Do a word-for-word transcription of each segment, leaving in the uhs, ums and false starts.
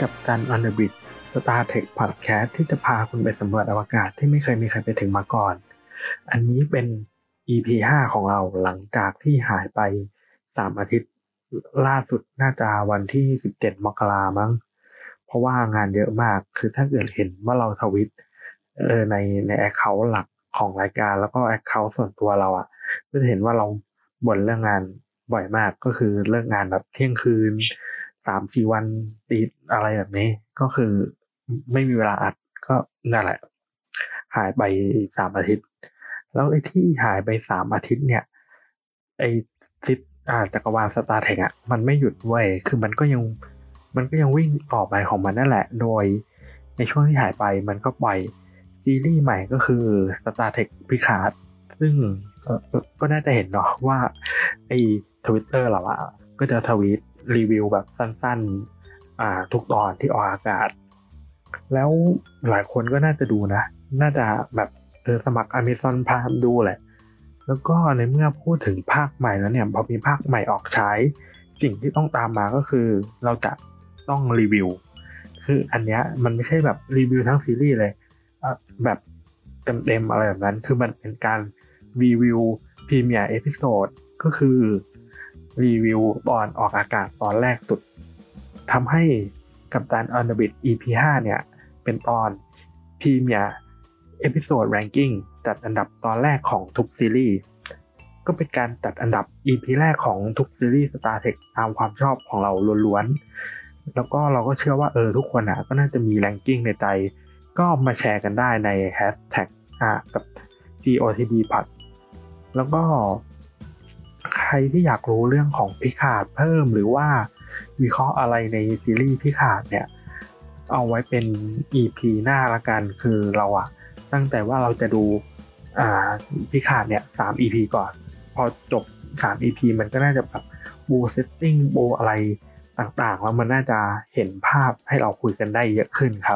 กัปตัน on the Bridge Star Trek Podcast ที่จะพาคุณไปสำรวจอวกาศที่ไม่เคยมีใครไปถึงมาก่อนอันนี้เป็น อี พี ห้าของเราหลังจากที่หายไปสามอาทิตย์ล่าสุดน่าจะวันที่สิบเจ็ดมกราคมมั้งเพราะว่างานเยอะมากคือถ้าเกิดเห็นว่าเราทวิตเออในใน account หลักของรายการแล้วก็ account ส่วนตัวเราอ่ะก็จะเห็นว่าเราบ่นเรื่องงานบ่อยมากก็คือเลิกงานแบบเที่ยงคืน สามสี่ วันติดอะไรแบบนี้ก็คือไม่มีเวลาอัดก็นั่นแหละหายไปสามอาทิตย์แล้วไอ้ที่หายไปสามอาทิตย์เนี่ยไอ้ซิปอ่าจักรวาล Star Trek อ่ะมันไม่หยุดเว้ยคือมันก็ยังมันก็ยังวิ่งต่อไปของมันนั่นแหละโดยในช่วงที่หายไปมันก็ปล่อยซีรีส์ใหม่ก็คือ Star Trek Picard ซึ่งก็น่าจะเห็นเนาะว่าไอ้ Twitter เราอ่ะก็จะทวีตรีวิวแบบสั้นๆอ่าทุกตอนที่ออกอากาศแล้วหลายคนก็น่าจะดูนะน่าจะแบบเออสมัคร Amazon Prime ดูแหละแล้วก็ในเมื่อพูดถึงภาคใหม่แล้วเนี่ยพอมีภาคใหม่ออกใช้สิ่งที่ต้องตามมาก็คือเราจะต้องรีวิวคืออันเนี้ยมันไม่ใช่แบบรีวิวทั้งซีรีส์เลยแบบเต็มๆอะไรแบบนั้นคือมันเป็นการรีวิวพรีเมียร์เอพิโซดก็คือรีวิวตอนออกอากาศตอนแรกสุดทำให้กัปตัน on the Bridge อี พี ห้าเนี่ยเป็นตอนพรีเมียร์เอพิโซดแรงกิ้งจัดอันดับตอนแรกของทุกซีรีส์ก็เป็นการจัดอันดับ อี พี แรกของทุกซีรีส์ Star Trek ตามความชอบของเราล้วนๆแล้วก็เราก็เชื่อว่าเออทุกคนอ่ะก็น่าจะมีแรงกิ้งในใจก็มาแชร์กันได้ใน แฮชแท็ก อ่ากับ จี โอ ที บี Pod แล้วก็ใครที่อยากรู้เรื่องของพิคาร์ดเพิ่มหรือว่าวิเคราะห์อะไรในซีรีส์พิคาร์ดเนี่ยเอาไว้เป็น อี พี หน้าละกันคือเราอะตั้งแต่ว่าเราจะดูอ่าพิคาร์ดเนี่ยสาม อี พี ก่อนพอจบสาม อี พี มันก็น่าจะแบบบูเซตติ้งบูอะไรต่างๆแล้วมันน่าจะเห็นภาพให้เราคุยกันได้เยอะขึ้นครับ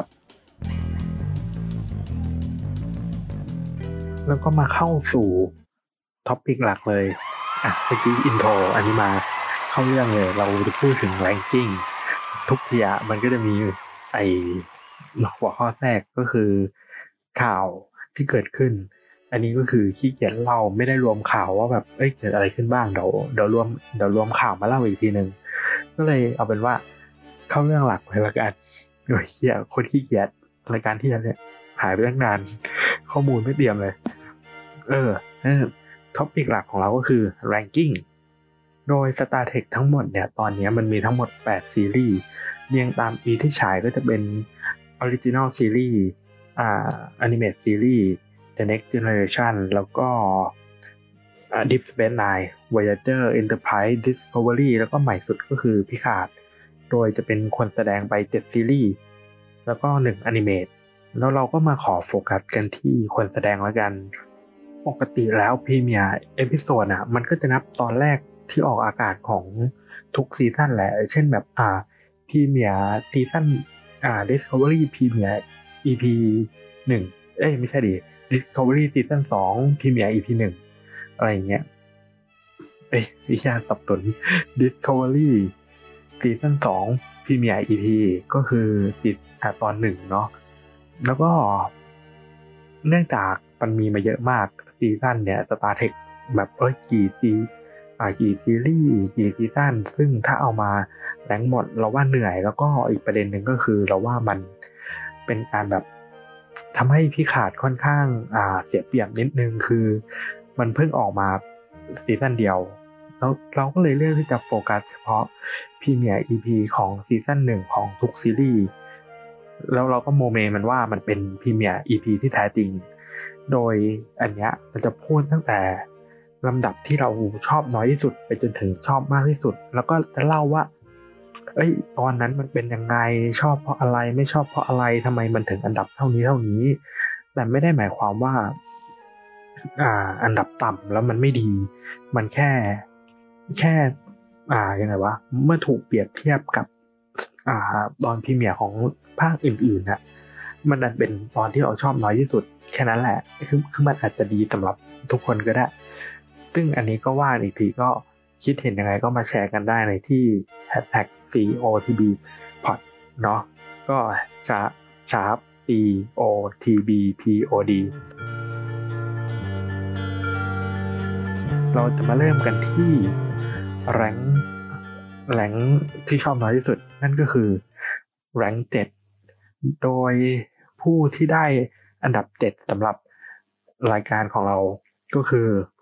แล้วก็มาเข้าสู่ท็อปิกหลักเลยอ่ะเมื่อกี้อินโทรอันนี้มาเข้าเรื่องเลยเราจะพูดถึงแรงกิ้งทุกทีอ่ะมันก็จะมีไอ้หัวข้อแรกก็คือข่าวที่เกิดขึ้นอันนี้ก็คือขี้เกียจเล่าไม่ได้รวมข่าวว่าแบบเอ้ยเกิดอะไรขึ้นบ้างเดี๋ยวเดี๋ยวรวมเดี๋ยวรวมข่าวมาเล่าอีกทีนึงก็เลยเอาเป็นว่าเข้าเรื่องหลักเลยละกันโอ้ยเหี้ยโคตรขี้เกียจรายการที่แล้วเนี่ยหายไปตั้งนานข้อมูลไม่เตรียมเลยเออเออท็อปิกหลักของเราก็คือ ranking โดย Star Trek ทั้งหมดเนี่ยตอนนี้มันมีทั้งหมดแปดซีรีส์เรียงตามปีที่ฉายก็จะเป็น Original Series อ่า Animated Series The Next Generation แล้วก็อ่า Deep Space Nine Voyager Enterprise Discovery แล้วก็ใหม่สุดก็คือ Picard โดยจะเป็นคนแสดงไปเจ็ดซีรีส์แล้วก็หนึ่ง Animate แล้วเราก็มาขอโฟกัสกันที่คนแสดงแล้วกันปกติแล้วพรีเมียร์เอพิโซดอ่ะมันก็จะนับตอนแรกที่ออกอากาศของทุกซีซั่นแหละเช่นแบบอ่าพรีเมียร์ซีซั่นอ่า Discovery พรีเมียร์ อี พี หนึ่งเอ้ยไม่ใช่ดิ Discovery ซีซั่นสองพรีเมียร์ อี พี หนึ่งอะไรอย่างเงี้ยเอ้ยวิชาสับสน Discovery ซีซั่นสองพรีเมียร์ อี พี ก็คือติดอ่าตอนหนึ่งเนาะแล้วก็เนื่องจากมันมีมาเยอะมากซีซั่นเนี่ย Star Trek แบบเอ้ยกี่ซีอ่ากี่ซีรีส์กี่ซีซั่นซึ่งถ้าเอามาแรงหมดเราว่าเหนื่อยแล้วก็อีกประเด็นหนึ่งก็คือเราว่ามันเป็นการแบบทำให้พี่ขาดค่อนข้างอ่าเสียเปรียบนิดนึงคือมันเพิ่งออกมาซีซั่นเดียวแล้วเราก็เลยเลือกที่จะโฟกัสเฉพาะพรีเมียร์ อี พี ของซีซั่นหนึ่งของทุกซีรีส์แล้วเราก็โมเมมันว่ามันเป็นพรีเมียร์ อี พี ที่แท้จริงโดยอันเนี้ยมันจะพูดตั้งแต่ลำดับที่เราชอบน้อยที่สุดไปจนถึงชอบมากที่สุดแล้วก็จะเล่าว่าเอ้ยตอนนั้นมันเป็นยังไงชอบเพราะอะไรไม่ชอบเพราะอะไรทำไมมันถึงอันดับเท่านี้เท่านี้แต่ไม่ได้หมายความว่าอ่าอันดับต่ำแล้วมันไม่ดีมันแค่แค่อ่ายังไงวะเมื่อถูกเปรียบเทียบกับอ่าตอนพรีเมียร์ของภาคอื่นๆน่ะมันดันเป็นตอนที่เราชอบน้อยที่สุดแค่นั้นแหละคือคือมันอาจจะดีสำหรับทุกคนก็ได้ซึ่งอันนี้ก็ว่าอีกทีก็คิดเห็นยังไงก็มาแชร์กันได้ในที่ แฮชแท็ก ซี โอ ที บี Pod เนาะก็ชาชาร์ป C O T B P O D เราจะมาเริ่มกันที่แรงค์แรงค์ที่ชอบน้อยที่สุดนั่นก็คือแรงค์เจ็ดโดยผู้ที่ได้อันดับเจ็ดสำหรับรายการของเราก็คือ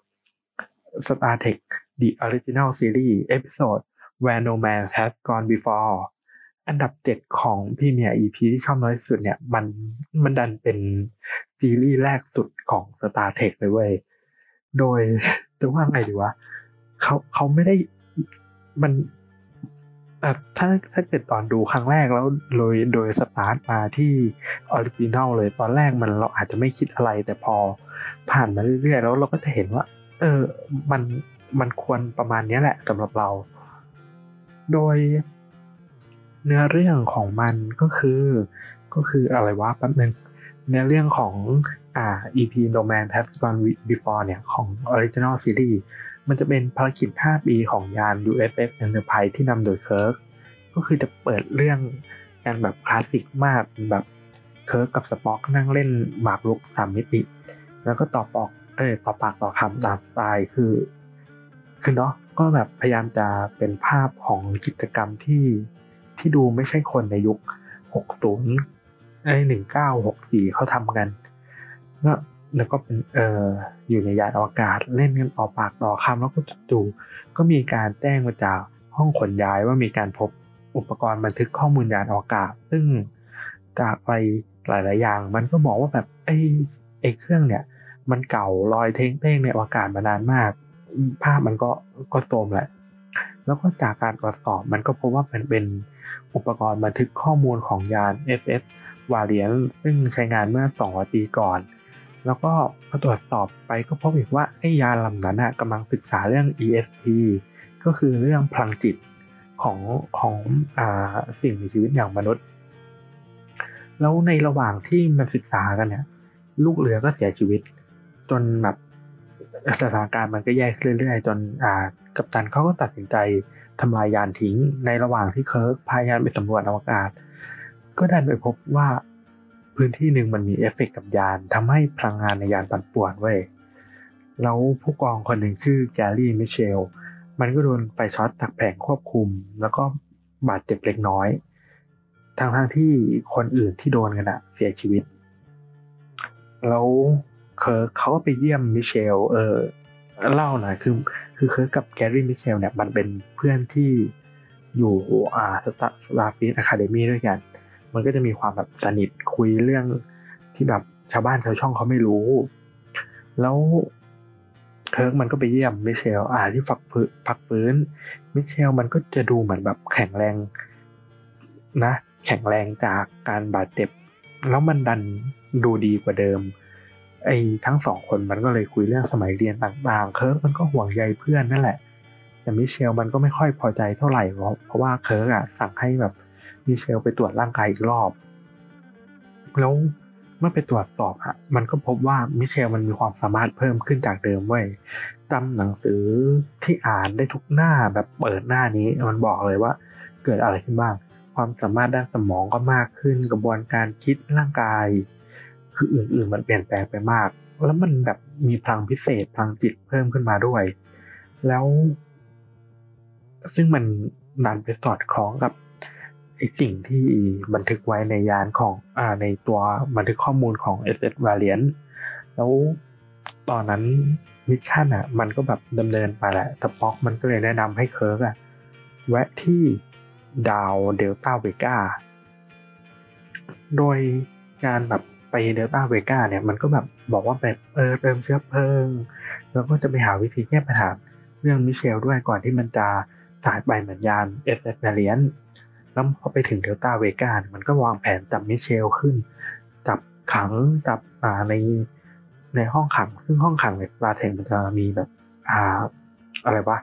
Star Trek The Original Series Episode Where No Man Has Gone Before อันดับเจ็ดของพรีเมียร์ อี พี ที่ชอบน้อยที่สุดเนี่ยมันมันดันเป็นซีรีส์แรกสุดของ Star Trek เลยเว้ยโดยจะว่าไงดีวะเขาเขาไม่ได้มันแต่ถ้าถ้าเกิดตอนดูครั้งแรกแล้วโดยโดยสตาร์ทมาที่ออริจินัลเลยตอนแรกมันเราอาจจะไม่คิดอะไรแต่พอผ่านมาเรื่อยๆแล้วเราก็จะเห็นว่าเออมันมันควรประมาณนี้แหละสำหรับเราโดยเนื้อเรื่องของมันก็คือก็คืออะไรวะแป๊บนึงเนื้อเรื่องของอ่า อี พี No Man Has Gone Before เนี่ยของ Original Series มันจะเป็นภารกิจห้าปีของยาน ยู เอส เอส Enterprise ที่นำโดยเคิร์กก็คือจะเปิดเรื่องกันแบบคลาสสิกมากแบบเคิร์กกับสป็อกนั่งเล่นหมากรุกสามมิติแล้วก็ต่อปอกเอ้ยต่อปากต่อคำตามสไตล์คือคือเนาะก็แบบพยายามจะเป็นภาพของกิจกรรมที่ที่ดูไม่ใช่คนในยุคหกสิบไอ้หนึ่งเก้าหกสี่เขาทำกันก็แล้วก็เป็นเอ่ออยู่ในยานอวกาศเล่นกันต่อปากต่อคำแล้วก็จู่ๆก็มีการแจ้งมาจากห้องขนย้ายว่ามีการพบอุปกรณ์บันทึกข้อมูลยานอวกาศซึ่งจากไปหลายๆอย่างมันก็บอกว่าแบบไอ้ไอ้เครื่องเนี่ยมันเก่าลอยเท้งเต้งในอวกาศมานานมากภาพมันก็ก็โทรมแหละแล้วก็จากการตรวจสอบมันก็พบว่ามันเป็นอุปกรณ์บันทึกข้อมูลของยาน เอส เอส Valiant ซึ่งใช้งานเมื่อสองร้อยปีก่อนแล้วก็พอตรวจสอบไปก็พบอีกว่าไอ้ยานลำนั้นน่ะกำลังศึกษาเรื่อง อี เอส พี ก็คือเรื่องพลังจิตของของอ่าสิ่งมีชีวิตอย่างมนุษย์แล้วในระหว่างที่มันศึกษากันเนี่ยลูกเรือก็เสียชีวิตจนแบบสถานการณ์มันก็แย่ขึ้นเรื่อยๆจนอ่ากัปตันเขาก็ตัดสินใจทำลายยานทิ้งในระหว่างที่เคิร์กพายานไปสำรวจอวกาศก็ดันไปพบว่าพื้นที่หนึ่งมันมีเอฟเฟกต์กับยานทำให้พลังงานในยานปั่นป่วนเว้ยแล้วผู้กองคนหนึ่งชื่อแกรี่มิเชลมันก็โดนไฟช็อตจากแผงควบคุมแล้วก็บาดเจ็บเล็กน้อยทั้งทั้งที่คนอื่นที่โดนกันอะเสียชีวิตแล้วเคิร์กเขาก็ไปเยี่ยมมิเชลเออเล่าหน่อยคือคือเคิร์กกับแกรี่มิเชลเนี่ยมันเป็นเพื่อนที่อยู่อ่าสตาร์สตาร์ฟีดอะคาเดมี่ด้วยกันมันก็จะมีความแบบสนิทคุยเรื่องที่แบบชาวบ้านชาวช่องเขาไม่รู้แล้วเคิร์กมันก็ไปเยี่ยมมิเชลอ่าที่ฝักฟื้นพักฟื้นมิเชลมันก็จะดูเหมือนแบบแข็งแรงนะแข็งแรงจากการบาดเจ็บแล้วมันดันดูดีกว่าเดิมไอ้ทั้งสองคนมันก็เลยคุยเรื่องสมัยเรียนต่างๆเคิร์กมันก็ห่วงใยเพื่อนนั่นแหละแต่มิเชลมันก็ไม่ค่อยพอใจเท่าไหร่เพราะเพราะว่าเคิร์กอ่ะสั่งให้แบบมิเชลไปตรวจร่างกายอีกรอบแล้วเมื่อไปตรวจสอบอ่ะมันก็พบว่ามิเชลมันมีความสามารถเพิ่มขึ้นจากเดิมเว้ยจำหนังสือที่อ่านได้ทุกหน้าแบบเปิดหน้านี้มันบอกเลยว่าเกิดอะไรขึ้นบ้างความสามารถด้านสมองก็มากขึ้นกระบวนการคิดร่างกายคืออื่นๆมันเปลี่ยนแปลงไปมากแล้วมันแบบมีพลังพิเศษพลังจิตเพิ่มขึ้นมาด้วยแล้วซึ่งมันดันไปสอดคล้องกับไอ้สิ่งที่บันทึกไว้ในยานของอ่าในตัวบันทึกข้อมูลของ เอส เอส Valiant แล้วตอนนั้นมิชชั่นอ่ะมันก็แบบดำเนินไปแหละแต่ป๊อกมันก็เลยแนะนำให้เคิร์กอ่ะแวะที่ดาวเดลต้าเวก้าโดยการแบบไปเดลต้าเวก้าเนี่ยมันก็แบบบอกว่าแบบเออเติมเชื้อเพลิงแล้วก็จะไปหาวิธีแก้ปัญหาเรื่องมิเชลด้วยก่อนที่มันจะสายไปเหมือนยาน เอส เอส Valiant แล้วพอไปถึงเดลต้าเวก้ามันก็วางแผนจับมิเชลขึ้นจับขังจับอ่าในในห้องขังซึ่งห้องขังในสตาร์เทคมันจะมีแบบอ่าอะไรวะ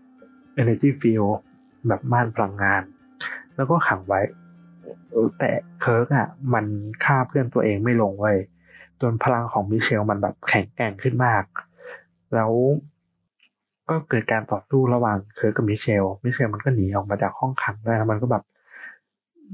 energy field แบบม่านพลังงานแล้วก็ขังไว้แต่เคิร์กอ่ะมันฆ่าเพื่อนตัวเองไม่ลงเว้ยจนพลังของมิเชลมันแบบแข็งแกร่งขึ้นมากแล้วก็เกิดการต่อสู้ระหว่างเคิร์กกับมิเชลมิเชลมันก็หนีออกมาจากห้องขังได้แล้วมันก็แบบ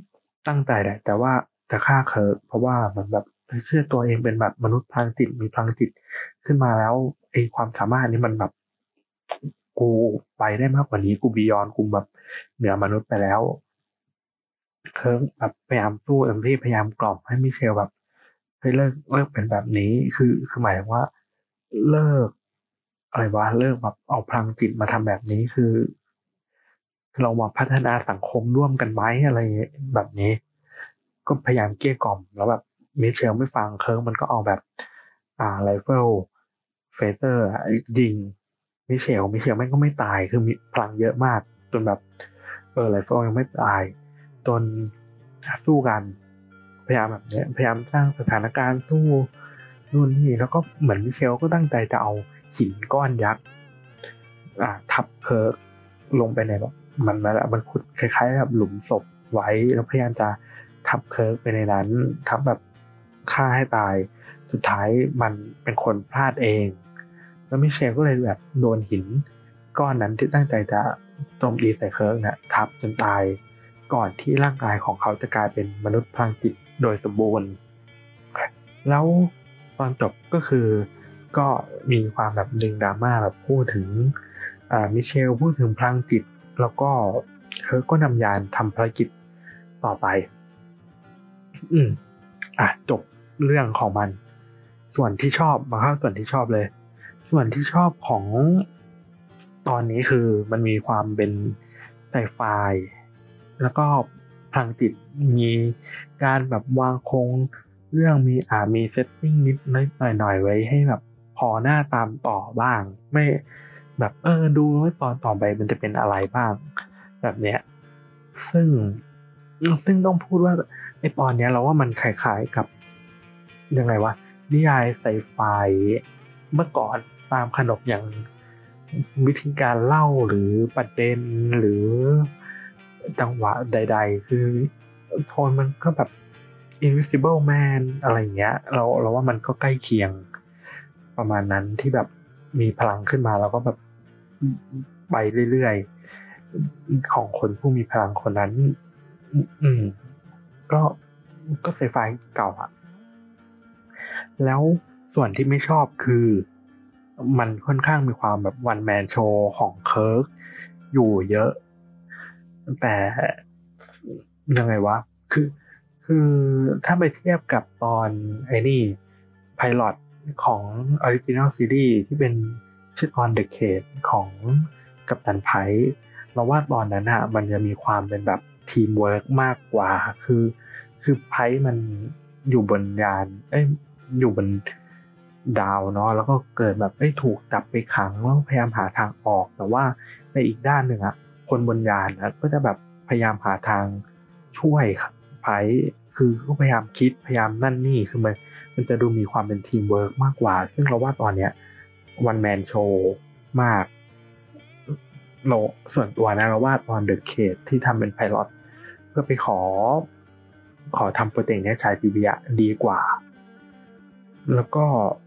ตั้งใจแหละแต่ว่าจะฆ่าเคิร์กเพราะว่ามันแบบเชื่อตัวเองเป็นแบบมนุษย์พลังจิตมีพลังจิตขึ้นมาแล้วไอ้ความสามารถนี้มันแบบกูไปได้มากกว่านี้กูบียอนกูแบบเหนือมนุษย์ไปแล้วเคิร์กแบบพยายามสู้เต็มที่พยายามกล่อมให้มิเชลแบบเฮ้ยเลิกเลิกเป็นแบบนี้คือคือหมายถึงว่าเลิกอะไรวะเลิกแบบเอาพลังจิตมาทำแบบนี้คือเรามาพัฒนาสังคมร่วมกันไหมอะไรแบบนี้ก็พยายามเกลี้ยกล่อมแล้วแบบมิเชลไม่ฟังเคิร์กมันก็เอาแบบอ่าไรเฟิลเฟเตอร์ยิงมิเชลมิเชลแม่งก็ไม่ตายคือมีพลังเยอะมากจนแบบเออไรเฟิลยังไม่ตายจนสู้กันพยายามแบบนี้พยายามสร้างสถานการณ์สู้นู่นนี่แล้วก็เหมือนมิเชลก็ตั้งใจจะเอาหินก้อนยักษ์อ่าทับเคิร์กลงไปในแบบมันมาแล้วมันขุดคล้ายๆแบบหลุมศพไว้แล้วพยายามจะทับเคิร์กไปในนั้นทับแบบฆ่าให้ตายสุดท้ายมันเป็นคนพลาดเองแล้วมิเชลก็เลยแบบโดนหินก้อนนั้นที่ตั้งใจจะโจมตีใส่เคิร์กเนี่ยทับจนตายก่อนที่ร่างกายของเขาจะกลายเป็นมนุษย์พลังจิตโดยสมบูรณ์แล้วตอนจบก็คือก็มีความแบบดึงดราม่าแบบพูดถึงอ่ามิเชลพูดถึงพลังจิตแล้วก็เคิร์กก็นำยานทำภารกิจต่อไปอืมอ่ะจบเรื่องของมันส่วนที่ชอบมาเข้าส่วนที่ชอบเลยส่วนที่ชอบของตอนนี้คือมันมีความเป็นไซไฟแล้วก็พลังจิตมีการแบบวางโครงเรื่องมีอ่ามีเซตติ้งนิดหน่อยหน่อยไว้ให้แบบพอหน้าตามต่อบ้างไม่แบบเออดูว่าตอนต่อไปมันจะเป็นอะไรบ้างแบบเนี้ยซึ่งซึ่งต้องพูดว่าไอตอนเนี้ยเราว่ามันคล้ายๆกับยังไงวะนิยายไซไฟเมื่อก่อนตามขนบอย่างวิธีการเล่าหรือประเด็นหรือจังหวะใดๆคือโทนมันก็แบบ Invisible Man อะไรเงี้ยเราเราว่ามันก็ใกล้เคียงประมาณนั้นที่แบบมีพลังขึ้นมาแล้วก็แบบไปเรื่อยๆของคนผู้มีพลังคนนั้นอืมก็ก็ไซไฟเก่าอะแล้วส่วนที่ไม่ชอบคือมันค่อนข้างมีความแบบวันแมนโชว์ของเคิร์กอยู่เยอะแต่ยังไงวะคือคือถ้าไปเทียบกับตอนไอ้นี่ไพลอตของ Original Series ที่เป็นชื่อ On the Case ของกัปตันไพร์เราว่าตอนนั้นอะมันจะมีความเป็นแบบทีมเวิร์กมากกว่าคือคือไพร์มันอยู่บนยานเอ้ยอยู่บนดาวเนาะแล้วก็เกิดแบบเอ้ยถูกจับไปขังแล้วพยายามหาทางออกแต่ว่าในอีกด้านหนึ่งอะคนบนยานนะก็จะแบบพยายามหาทางช่วยไพร์คือก็พยายามคิดพยายามนั่นนี่คือมันมันจะดูมีความเป็นทีมเวิร์กมากกว่าซึ่งเราว่าตอนเนี้ยวันแมนโชว์มากเราส่วนตัวนะเราว่าตอนเดอะเคทที่ทำเป็นไพลอตเพื่อไปขอขอทำโปรเจกต์นี้ฉายทีวีอะดีกว่าแล้วก็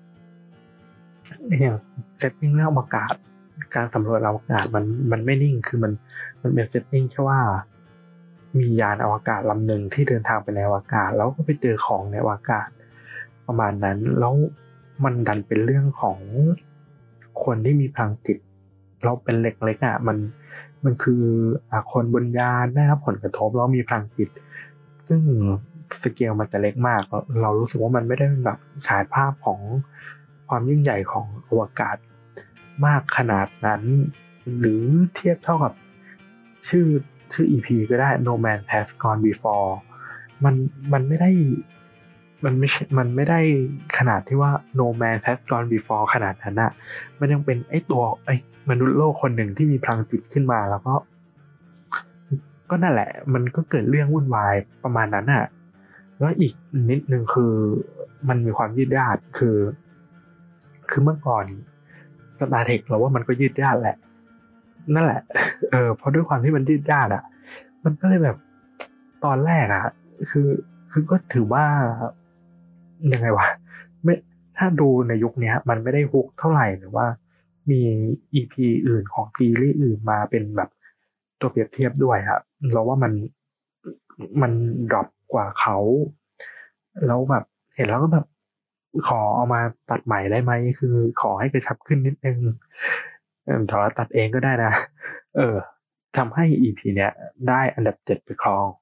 อย่างเซตติ้งเรื่องอวกาศการสำรวจอวกาศมันมันไม่นิ่งคือมันมันเป็นเซตติ้งแค่ว่ามียานอวกาศลำหนึ่งที่เดินทางไปในอวกาศแล้วก็ไปเจอของในอวกาศประมาณนั้นแล้วมันดันเป็นเรื่องของคนที่มีพลังจิตเราเป็นเล็กๆอ่ะมันมันคือคนบนยานได้รับผลกระทบแล้วมีพลังจิตซึ่งสเกลมันจะเล็กมากเรารู้สึกว่ามันไม่ได้แบบฉายภาพของความยิ่งใหญ่ของอวกาศมากขนาดนั้นหรือเทียบเท่ากับชื่อชื่อ อี พี ก็ได้ No Man Has Gone Before มันมันไม่ได้มันไม่มันไม่ได้ขนาดที่ว่า No Man Has Gone Before ขนาดนั้นนะมันยังเป็นไอ้ตัวไอ้มนุษย์โลกคนหนึ่งที่มีพลังจิตขึ้นมาแล้วก็ก็นั่นแหละมันก็เกิดเรื่องวุ่นวายประมาณนั้นน่ะแล้วอีกนิดนึงคือมันมีความยืดยาดคือคือเมื่อก่อน Star Trek เราว่ามันก็ยืดยาดแหละนั่นแหละเออเพราะด้วยความที่มันยืดยาดอ่ะมันก็เลยแบบตอนแรกอ่ะคือคือก็ถือว่ายังไงวะไม่ถ้าดูในยุคนี้มันไม่ได้ฮุกเท่าไหร่หรือว่ามี อี พี อื่นของซีรีส์อื่นมาเป็นแบบตัวเปรียบเทียบด้วยครับเราว่ามันมันดรอปกว่าเขาแล้วแบบเห็นแล้วก็แบบขอเอามาตัดใหม่ได้ไหมคือขอให้กระชับขึ้นนิดนึงเออแต่ว่าตัดเองก็ได้นะเออทำให้ อี พี เนี้ยได้อันดับเจ็ดไปครอง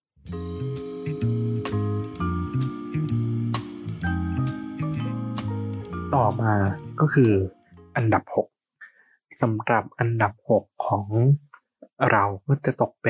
ต่อมาก็คืออันดับหกสำหรับอันดับหกของเราก็จะตกเป็น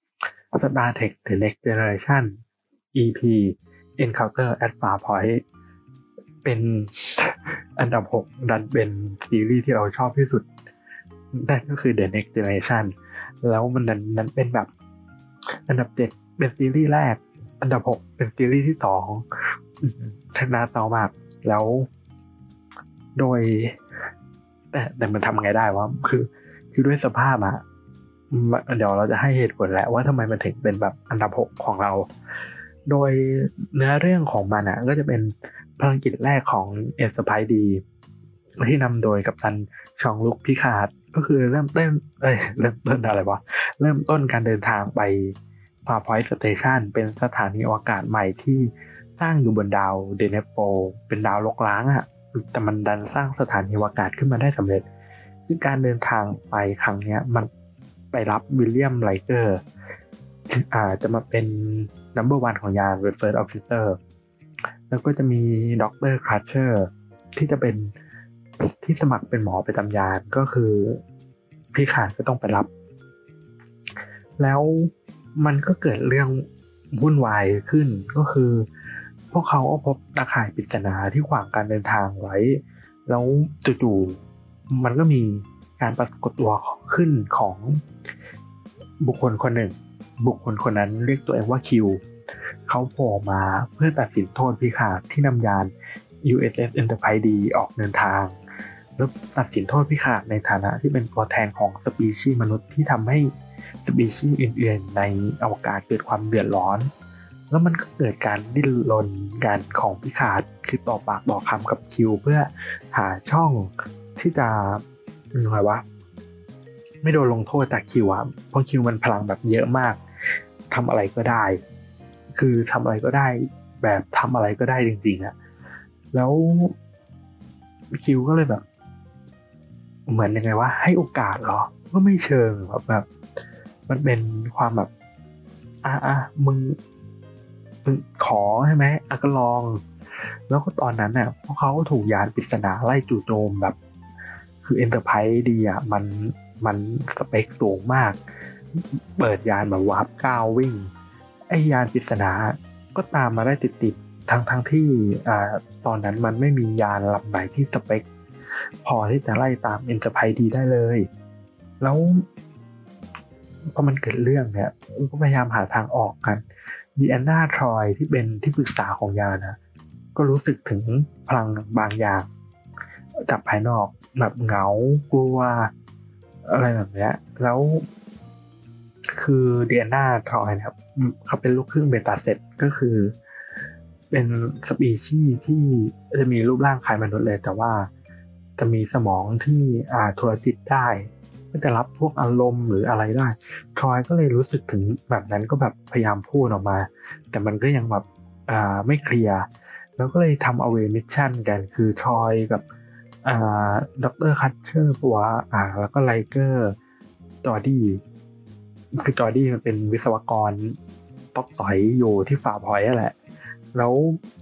Star Trek The Next Generation อี พี Encounter at Farpoint เป็นอันดับหกดันเป็นซีรีส์ที่เราชอบที่สุดนั่นก็คือ The Next Generation แล้วมันนั้นนั้นเป็นแบบอันดับเจ็ดเป็นซีรีส์แรกอันดับหกเป็นซีรีส์ที่สองทนาต่อมากแล้วโดยแต่แต่มันทำไงได้วะคือคือด้วยสภาพอะเดี๋ยวเราจะให้เหตุผลแหละว่าทำไมมันถึงเป็นแบบอันดับหกของเราโดยเนื้อเรื่องของมันอะก็จะเป็นภารกิจแรกของ Enterprise ที่นำโดยกัปตันชองลุกพิคาร์ดก็คือเริ่มต้นเอ้ยเริ่มต้นอะไรวะเริ่มต้นการเดินทางไป Farpoint Station เป็นสถานีอวกาศใหม่ที่สร้างอยู่บนดาวเดเนโฟเป็นดาวรกร้างอะแต่มันดันสร้างสถานีอวกาศขึ้นมาได้สำเร็จคือการเดินทางไปครั้งนี้มันไปรับวิลเลียมไลเกอร์อ่าจะมาเป็น number one ของยานเป็น first officer แล้วก็จะมีด็อกเตอร์ครัชเชอร์ที่จะเป็นที่สมัครเป็นหมอประจำยานก็คือพี่ขานก็ต้องไปรับแล้วมันก็เกิดเรื่องวุ่นวายขึ้นก็คือพวกเขาก็พบตาข่ายปริศนาที่ขวางการเดินทางไว้แล้วจู่ๆมันก็มีการปรากฏตัวขึ้นของบุคคลคนหนึ่งบุคคลคนนั้นเรียกตัวเองว่าคิวเขาโผล่มาเพื่อตัดสินโทษพิฆาตที่นำยาน ยู เอส เอส Enterprise ดี ออกเดินทางแล้วตัดสินโทษพิฆาตในฐานะที่เป็นตัวแทนของสปีชีส์มนุษย์ที่ทำให้สปีชีส์อื่นๆในอวกาศเกิดความเดือดร้อนแล้วมันก็เกิดการดิ้นรนกันของพิฆาตคือต่อปากต่อคำกับคิวเพื่อหาช่องที่จะยังไงวะไม่โดนลงโทษจากคิวอ่ะเพราะคิวมันพลังแบบเยอะมากทำอะไรก็ได้คือทำอะไรก็ได้แบบทำอะไรก็ได้จริงๆอ่ะแล้วคิวก็เลยแบบเหมือนยังไงวะให้โอกาสเหรอก็ไม่เชิงแบบแบบมันเป็นความแบบอ่ะอ่ะมึงมึงขอใช่ไหมอ่ะก็ลองแล้วก็ตอนนั้นน่ะพวกเขาถูกยานปริศนาไล่จู่โจมแบบคือ Enterprise ดีอ่ะมันมันสเปคสูงมากเปิดยานแบบวาร์ปก้าววิ่งไอ้ยานปริศนาก็ตามมาได้ติดๆทั้งทั้งที่อ่าตอนนั้นมันไม่มียานลำไหนที่สเปคพอที่จะไล่ตาม Enterprise ดีได้เลยแล้วพอมันเกิดเรื่องเนี่ยก็พยายามหาทางออกกันดีแอนนาทรอยที่เป็นที่ปรึกษาของยานนะก็รู้สึกถึงพลังบางอย่างจากภายนอกแบบเหงากลัวอะไรแบบเนี้ยแล้วคือดีแอนนาทรอยนะครับเขาเป็นลูกครึ่งเบต้าเซตก็คือเป็นสปีชีส์ที่จะมีรูปร่างคล้ายมนุษย์เลยแต่ว่าจะมีสมองที่อ่าโทรจิตได้ก็จะรับพวกอารมณ์หรืออะไรได้ทรอยก็เลยรู้สึกถึงแบบนั้นก็แบบพยายามพูดออกมาแต่มันก็ยังแบบอ่าไม่เคลียร์แล้วก็เลยทำเอาเวมิชชั่นกันคือทรอยกับอ่าด็อกเตอร์คัตเชอร์ปัวอ่าแล้วก็ไลเกอร์จอร์ดี้คือจอร์ดี้มันเป็นวิศวกรต๊อกต่อยอยู่ที่ฟาร์พอยต์แหละแล้ว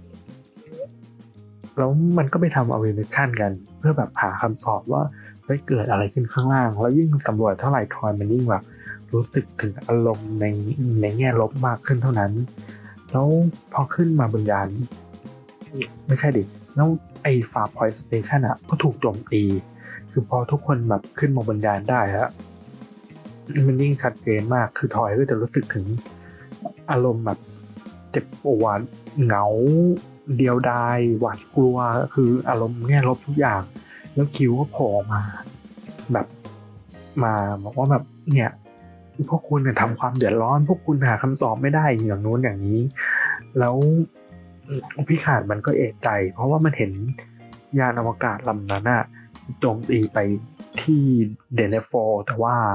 แล้วมันก็ไปทำเอาเวมิชชั่นกันเพื่อแบบหาคำตอบว่าไปเกิดอะไรขึ้นข้างล่างแล้วยิ่งสำรวจเท่าไหร่ทรอยมันยิ่งแบบรู้สึกถึงอารมณ์ในในแง่ลบมากขึ้นเท่านั้นแล้วพอขึ้นมาบนยานไม่ใช่ดิแล้วไอ้ฟาร์พอยต์สเตชันอ่ะก็ถูกโจมตีคือพอทุกคนแบบขึ้นมาบนยานได้แล้วมันยิ่งชัดเจนมากคือทรอยก็จะรู้สึกถึงอารมณ์แบบเจ็บปวดเหงาเดียวดายหวาดกลัวคืออารมณ์แง่ลบทุกอย่างแล้วคิวก็โผล่มาแบบมาบอกว่าแบบเนี่ยพวกคุณเนี่ยทำความเดือดร้อนพวกคุณหาคำตอบไม่ได้อย่างโน้นอย่างนี้แล้วพี่ขาดมันก็เอะใจเพราะว่ามันเห็นยานอวกาศลำนั้นอะโจมตีไปที่เดเนฟอร์แต่ว่า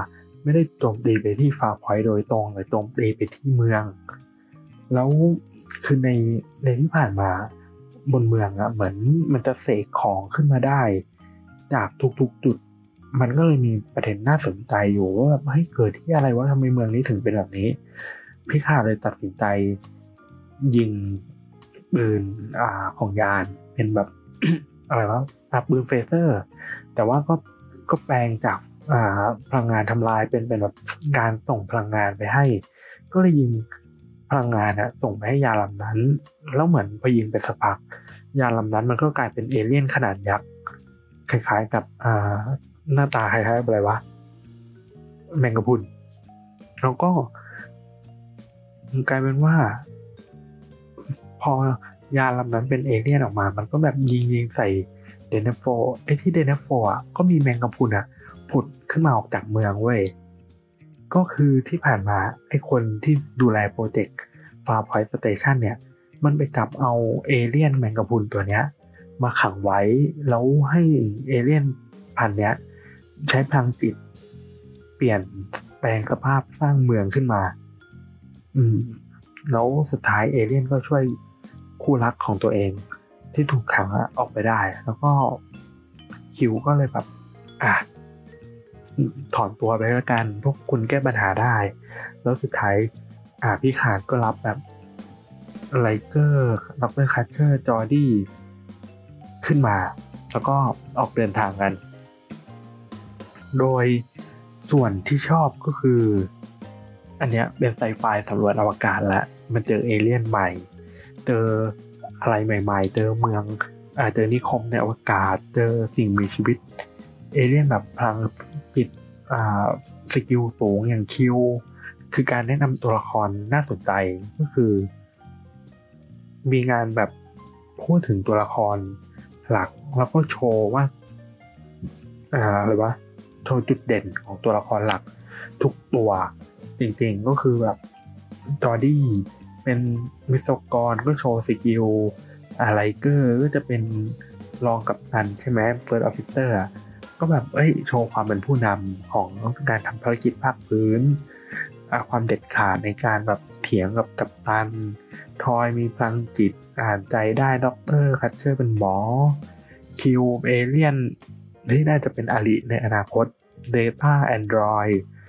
ไม่ได้โจมตีไปที่ฟาร์พอยต์โดยตรงแต่โจมตีไปที่เมืองแล้วคือในในที่ผ่านมาบนเมืองอะเหมือนมันจะเสกของขึ้นมาได้จากทุกๆจุดมันก็เลยมีประเด็นน่าสนใจอยู่ว่าแบบเฮ้ยเกิดที่อะไรวะทำไมเมืองนี้ถึงเป็นแบบนี้พี่ข้าเลยตัดสินใจยิงปืนอ่าของยานเป็นแบบ อะไรวะอ่าปืนเฟเซอร์แต่ว่าก็ก็แปลงจากอ่าพลังงานทำลายเป็นเป็นแบบการส่งพลังงานไปให้ก็เลยยิงพลังงานอะส่งไปให้ยานลำนั้นแล้วเหมือนพอยิงไปสักพักยานลำนั้นมันก็กลายเป็นเอเลี่ยนขนาดยักษ์คล้ายๆกับอ่าหน้าตาคล้ายๆอะไรวะแมงกะพรุนแล้วก็กลายเป็นว่าพอยานลำนั้นเป็นเอเลี่ยนออกมามันก็แบบยิงยิงใส่เดนโฟไอ้ที่เดนโฟอ่ะก็มีแมงกะพรุนอ่ะผุดขึ้นมาออกจากเมืองเว้ยก็คือที่ผ่านมาไอ้คนที่ดูแลโปรเจกต์ฟาร์พอยต์สเตชันเนี่ยมันไปจับเอาเอเลี่ยนแมงกะพรุนตัวเนี้ยมาขังไว้แล้วให้เอเลี่ยนพันเนี้ยใช้พลังจิตเปลี่ยนแปลงสภาพสร้างเมืองขึ้นมาอืมแล้วสุดท้ายเอเลี่ยนก็ช่วยคู่รักของตัวเองที่ถูกขังออกไปได้แล้วก็คิวก็เลยแบบอ่ะถอนตัวไปแล้วกันพวกคุณแก้ปัญหาได้แล้วสุดท้ายอ่ะพี่ขาดก็รับแบบไลเกอร์ดรคัตเชอร์จอร์ดี้ขึ้นมาแล้วก็ออกเดินทางกันโดยส่วนที่ชอบก็คืออันเนี้ยเป็นไซไฟสำรวจอวกาศแล้วมันเจอเอเลี่ยนใหม่เจออะไรใหม่ๆเจอเมืองอ่าเจอนิคมในอวกาศเจอสิ่งมีชีวิตเอเลี่ยนแบบพลังจิตอ่าสกิลสูงอย่างคิวคือการแนะนำตัวละครน่าสนใจก็คือมีงานแบบพูดถึงตัวละครหลักแล้วก็โชว์ว่าอ่าอะไรวะโชว์จุดเด่นของตัวละครหลักทุกตัวจริงๆก็คือแบบจอร์ดี้เป็นวิศวกรก็โชว์สกิลอะไรเกอร์ก็จะเป็นรองกัปตันใช่ไหมเฟิร์สออฟฟิเซอร์ก็แบบเอ้ยโชว์ความเป็นผู้นำของการทำภารกิจภาคพื้นความเด็ดขาดในการแบบเถียงกับกัปตันทอยมีพลังจิตอ่านใจได้ด็อกเตอร์คัตเชอร์เป็นหมอคิวเอเลียนที่น่าจะเป็นอลิในอนาคตเดต้าแอนดรอย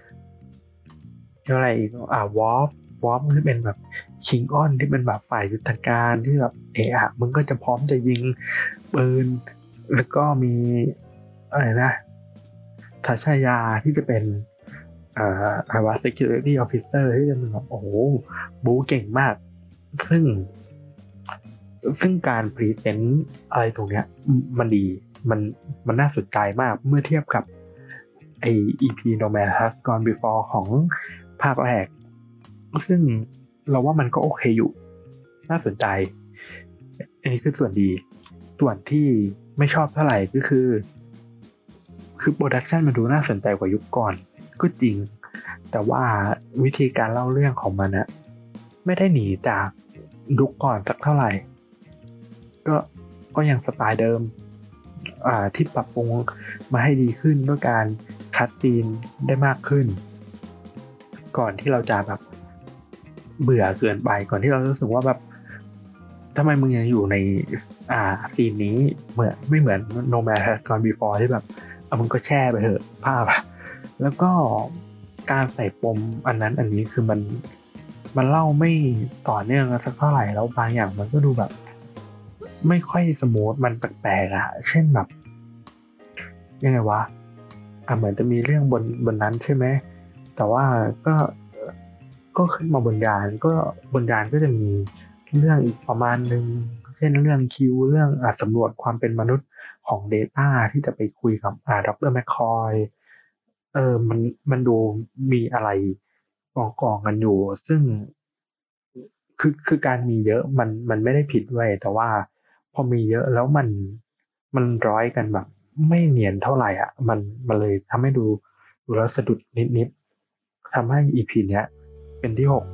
อะไรอีกอ่าวอฟวอฟที่เป็นแบบคิงออนที่เป็นแบบฝ่ายยุทธการที่แบบเอะอะมึงก็จะพร้อมจะยิงปืนแล้วก็มีอะไรนะทัชยาที่จะเป็นอ่าอะไรวะ security officer ที่จะเป็นแบบโอ้โหบู๊เก่งมากซึ่งซึ่งการพรีเซนต์อะไรตรงเนี้ยมันดีมันมันน่าสนใจมากเมื่อเทียบกับไอ อี พี No Man Has Gone Before ของภาคแรกซึ่งเราว่ามันก็โอเคอยู่น่าสนใจอันนี้คือส่วนดีส่วนที่ไม่ชอบเท่าไหร่ก็คือคือโปรดักชันมันดูน่าสนใจกว่ายุคก่อนก็จริงแต่ว่าวิธีการเล่าเรื่องของมันนะไม่ได้หนีจากยุคก่อนสักเท่าไหร่ก็ก็ยังสไตล์เดิมอ่าที่ปรับปรุงมาให้ดีขึ้นด้วยการคัดซีนได้มากขึ้นก่อนที่เราจะแบบเบื่อเกินไปก่อนที่เรารู้สึกว่าแบบทำไมมึงยังอยู่ในอ่าซีนนี้เหมือนไม่เหมือน No Man Has Gone Before ที่แบบเอามึงก็แช่ไปเถอะภาพแล้วก็การใส่ปมอันนั้นอันนี้คือมันมันเล่าไม่ต่อเนื่องสักเท่าไหร่แล้วบางอย่างมันก็ดูแบบไม่ค่อยสมูทมันแปลกๆอ่ะเช่นแบบยังไงวะอ่ะเหมือนจะมีเรื่องบนบนนั้นใช่ไหมแต่ว่าก็ก็ขึ้นมาบนยานก็บนยานก็จะมีเรื่องอีกประมาณนึงเช่นเรื่องคิวเรื่องอ่ะสำรวจความเป็นมนุษย์ของ Data ที่จะไปคุยกับอ่าดรแมคคอยเออมันมันดูมีอะไรกองกองกันอยู่ซึ่งคือคือการมีเยอะมันมันไม่ได้ผิดไว้แต่ว่าพอมีเยอะแล้วมันมันร้อยกันแบบไม่เนียนเท่าไหร่อ่ะมันมันเลยทำให้ดูดูแล้วสะดุดนิดๆทำให้ อี พี เนี้ยเป็นที่หก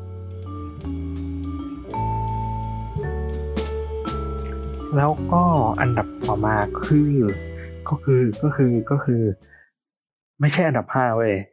แล้วก็อันดับต่อมาคือก็คือก็คือก็คือไม่ใช่อันดับห้าเว้ย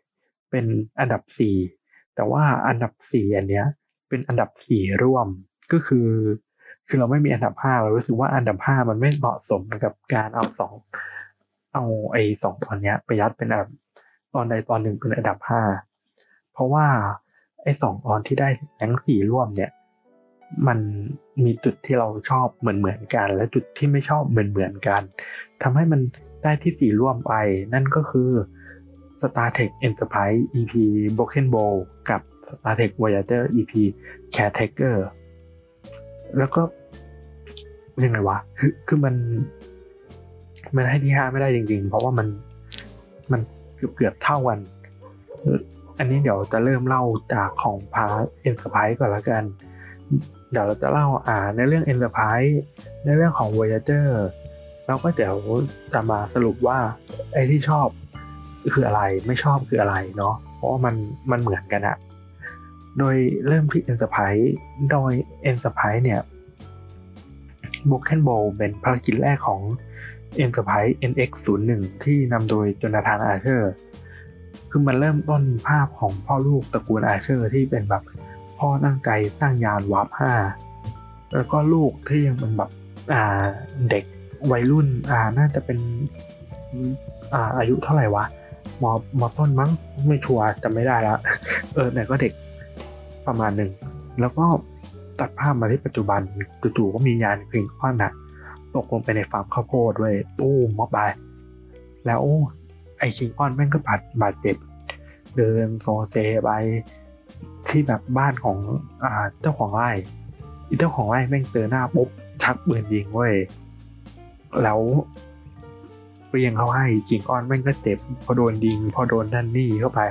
เป็นอันดับสี่แต่ว่าอันดับสี่อันเนี้ยเป็นอันดับสี่ร่วมก็คือคือเราไม่มีอันดับห้าเรารู้สึกว่าอันดับห้ามันไม่เหมาะสมกับการเอาสองเอาไอ้สองตอนเนี้ยไปยัดเป็นอันดับตอนใดตอนหนึ่งเป็นอันดับห้าเพราะว่าไอ้สองตอนที่ได้แรงสี่ร่วมเนี่ยมันมีจุดที่เราชอบเหมือนเหมือนกันและจุดที่ไม่ชอบเหมือนเหมือนกันทำให้มันได้ที่สี่ร่วมไปนั่นก็คือ Star Trek Enterprise อี พี Broken Bow กับ Star Trek Voyager อี พี Caretaker แล้วก็ยังไงวะคือคือมันมันให้ที่ห้าไม่ได้จริงๆเพราะว่ามันมันเกือบเกือบเท่ากันอันนี้เดี๋ยวจะเริ่มเล่าจากของพาร์ท Enterprise ก่อนละกันเดี๋ยวเราจะเล่าอ่าในเรื่อง Enterprise ในเรื่องของ Voyager แล้วก็เดี๋ยวจะมาสรุปว่าไอ้ที่ชอบคืออะไรไม่ชอบคืออะไรเนาะเพราะว่ามันมันเหมือนกันอะโดยเริ่มที่ Enterprise โดย Enterprise เนี่ย Broken Bow เป็นภารกิจแรกของ Enterprise เอ็น เอ็กซ์ ศูนย์ หนึ่ง ที่นำโดยโจนาธาน อาร์เชอร์คือมันเริ่มต้นภาพของพ่อลูกตระกูลอาร์เชอร์ที่เป็นแบบพ่อตั้งใจสร้างยานวาร์ปห้าแล้วก็ลูกที่ยังเป็นแบบอ่าเด็กวัยรุ่นอ่าน่าจะเป็นอ่าอายุเท่าไหร่วะมอมอต้นมั้งไม่ชัวร์จำไม่ได้แล้วเออแต่ก็เด็กประมาณหนึ่งแล้วก็ตัดภาพมาที่ปัจจุบันจู่ๆก็มียานคลิงคอนน่ะตกลงไปในฟาร์มข้าวโพดด้วยตู้มอบไปแล้วไอ้คลิงคอนแม่งก็บาดบาดเจ็บเดินโซเซไปที่แบบบ้านของอ่าเจ้าของไร่เจ้าของไร่แม่งเจอหน้าปุ๊บชักปืนยิงเว้ยแล้วเปรียงเขาให้คลิงคอนแม่งก็เจ็บพอโดนยิงพอโดนนั่นนี่เข้าไป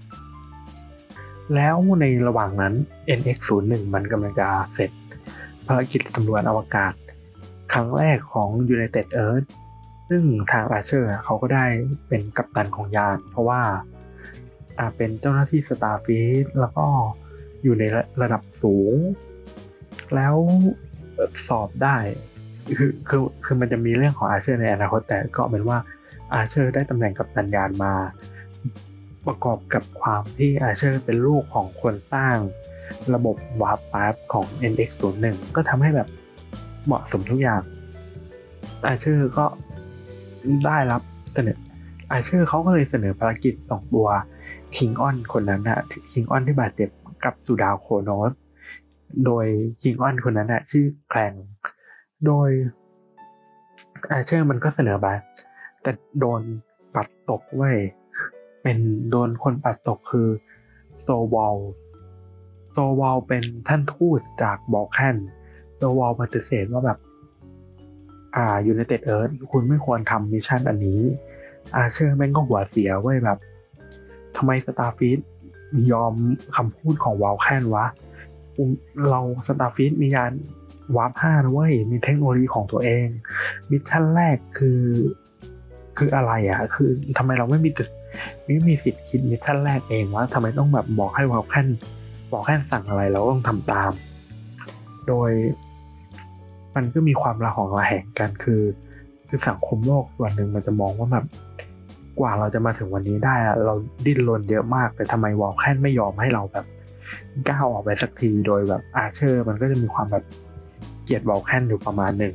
แล้วในระหว่างนั้น เอ็น เอ็กซ์ ศูนย์ หนึ่ง มันกำลังจะเสร็จภารกิจสำรวจอวกาศครั้งแรกของ United Earth ซึ่งทางอาร์เชอร์เขาก็ได้เป็นกัปตันของยานเพราะว่าอ่าเป็นเจ้าหน้าที่ Starfleet แล้วก็อยู่ในระดับสูงแล้วสอบได้คือคือคือมันจะมีเรื่องของอาร์เชอร์ในอนาคตแต่ก็เป็นว่าอาร์เชอร์ได้ตำแหน่งกัปตันยานมาประกอบกับความที่อาร์เชอร์เป็นลูกของคนสร้างระบบวาร์ปแป๊บของ เอ็น เอ็กซ์ ศูนย์ หนึ่ง ก็ทำให้แบบเหมาะสมทุกอย่างอาร์เชอร์ก็ได้รับเสนออาร์เชอร์เขาก็เลยเสนอภารกิจสองตัวคิงออนคนนั้นนะคิงออนที่บาดเจ็บกับสุดาวโคโนสโดยคิงออนคนนั้นนะชื่อแคลงโดยอาร์เชอร์มันก็เสนอไปแต่โดนปัดตกเว้ยเป็นโดนคนปัดตกคือโซวอลโซวอลเป็นท่านทูตจากบอลแคนโซวอลปฏิเสธว่าแบบอ่า United Earth คุณไม่ควรทำมิชชั่นอันนี้อาร์เชอร์แม่งก็หัวเสียเว้ยแบบทำไม Starfleet ยอมคำพูดของวอลแคนวะเรา Starfleet มียานวาร์ปห้านะเว้ยมีเทคโนโลยีของตัวเองมิชชั่นแรกคือคืออะไรอ่ะคือทำไมเราไม่มีไม่มีสิทธิ์คิดมิชชั่นแรกเองวะทำไมต้องแบบบอกให้วอลแคนบอกแค่สั่งอะไรเราต้องทำตามโดยมันก็มีความระหองระแหงกันคือคือสังคมโลกส่วนหนึ่งมันจะมองว่าแบบกว่าเราจะมาถึงวันนี้ได้เราดิ้นรนเยอะมากแต่ทำไมวอลแคนไม่ยอมให้เราแบบก้าวออกไปสักทีโดยแบบอาร์เชอร์มันก็จะมีความแบบเกลียดวอลแคนอยู่ประมาณหนึ่ง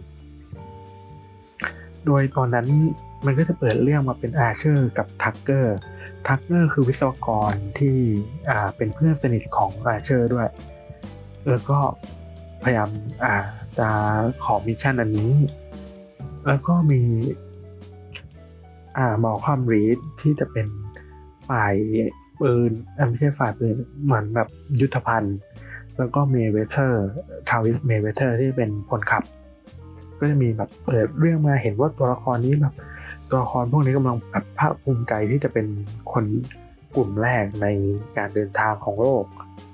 โดยตอนนั้นมันก็จะเปิดเรื่องมาเป็นอาร์เชอร์กับทักเกอร์ทักเกอร์คือวิศวกรที่อ่าเป็นเพื่อนสนิทของอาร์เชอร์ด้วยแล้วก็พยายามอ่าจะขอมิชชั่นอันนี้แล้วก็มีอ่ามอลคัมรีดที่จะเป็นฝ่ายปืนไม่ใช่ฝ่ายปืนเหมือนแบบยุทธภัณฑ์แล้วก็เมเวเทอร์ทาวิสเมเวเทอร์ที่เป็นคนขับก็จะมีแบบเปิดเรื่องมาเห็นว่าตัวละครนี้แบบตัวละครพวกนี้กำลังแบบภาคภูมิใจที่จะเป็นคนกลุ่มแรกในการเดินทางของโลก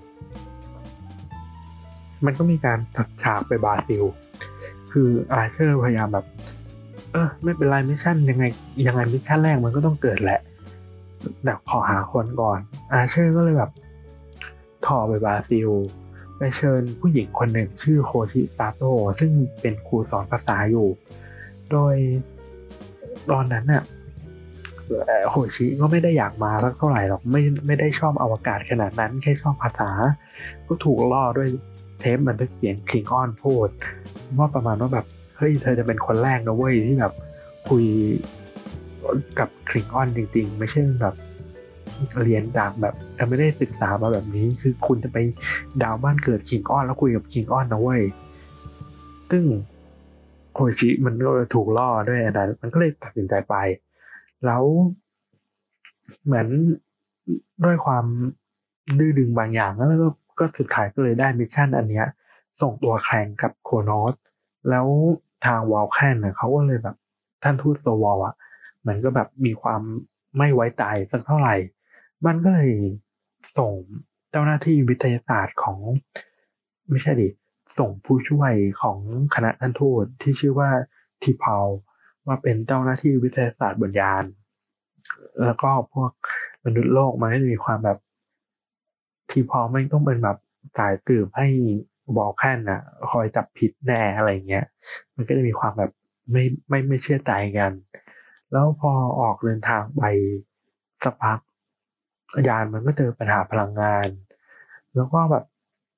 มันก็มีการตัดฉากไปบราซิลคืออาร์เชอร์พยายามแบบเออไม่เป็นไรมิชชั่นยังไงยังไงมิชชั่นแรกมันก็ต้องเกิดแหละแต่ขอหาคนก่อนอาร์เชอร์ก็เลยแบบถ่อไปบราซิลไปเชิญผู้หญิงคนหนึ่งชื่อโคชิซาโตะซึ่งเป็นครูสอนภาษาอยู่โดยตอนนั้นน่ะโฮชิก็ไม่ได้อยากมาสักเท่าไหร่หรอกไม่ไม่ได้ชอบอวกาศขนาดนั้นแค่ชอบภาษาก็ถูกล่อด้วยเทปบันทึกเสียงคลิงออนพูดว่าประมาณว่าแบบเฮ้ยเธอจะเป็นคนแรกนะเว้ยที่แบบคุยกับคลิงออนจริงๆไม่ใช่แบบเรียนจากแบบไม่ได้ศึกษามาแบบนี้คือคุณจะไปดาวบ้านเกิดคลิงออนแล้วคุยกับคลิงออนนะเว้ยซึ่งโฮชิมันก็ถูกล่อด้วยอันนั้นมันก็เลยตัดสินใจไปแล้วเหมือนด้วยความดื้อดึงบางอย่างแล้วก็ก็สุดท้ายก็เลยได้มิชชั่นอันเนี้ยส่งตัวแข่งกับโครโนสแล้วทางวอลแคนเนี่ยเขาก็เลยแบบท่านทูตโซวอลอ่ะมันก็แบบมีความไม่ไว้ใจสักเท่าไหร่มันก็เลยส่งเจ้าหน้าที่วิทยาศาสตร์ของไม่ใช่ดิส่งผู้ช่วยของคณะท่านทูตที่ชื่อว่าทีพาวมาเป็นเจ้าหน้าที่วิทยาศาสตร์บนยานแล้วก็พวกมนุษย์โลกมันก็จะมีความแบบทีพอไม่ต้องเป็นแบบสายสืบให้บอกแค่น่ะคอยจับผิดแน่อะไรเงี้ยมันก็จะมีความแบบไม่ไม่ไม่เชื่อใจกันแล้วพอออกเดินทางไปสักพักยานมันก็เจอปัญหาพลังงานแล้วก็แบบ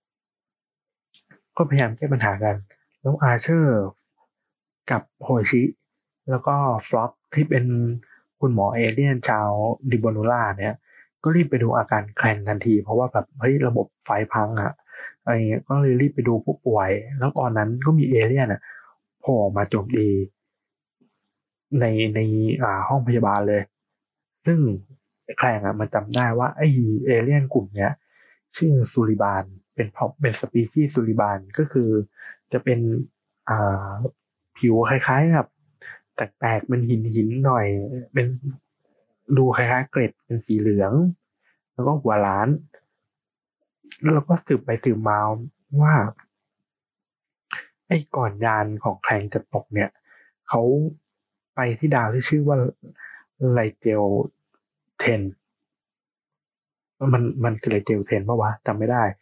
ก็พยายามแก้ปัญหากันแล้วอาร์เชอร์กับโฮชิแล้วก็ฟลอปที่เป็นคุณหมอเอเลี่ยนชาวดิโบนูล่าเนี่ยก็รีบไปดูอาการแคลงทันทีเพราะว่าแบบเฮ้ยระบบไฟพังอะอะไรเงี้ยก็เลยรีบไปดูผู้ป่วยแล้วตอนนั้นก็มีเอเลี่ยนอะโผล่มาโจมตีในในอ่าห้องพยาบาลเลยซึ่งแคลงอะมันจำได้ว่าไอ้เอเลี่ยนกลุ่มเนี้ยชื่อซูริบานเป็นพอเป็นสปีชีส์ซูริบานก็คือจะเป็นอ่าผิวคล้ายๆแบบแตกๆเป็นหินหินหน่อยเป็นดูคล้ายๆเกล็ดเป็นสีเหลืองแล้วก็หัวล้านแล้วเราก็สืบไปสืบมาว่าไอ้ก่อนยานของแคลงจะตกเนี่ยเขาไปที่ดาวที่ชื่อว่าไลเจลเทนมันมันคือไลเจลเทนป่ะวะจำไม่ได้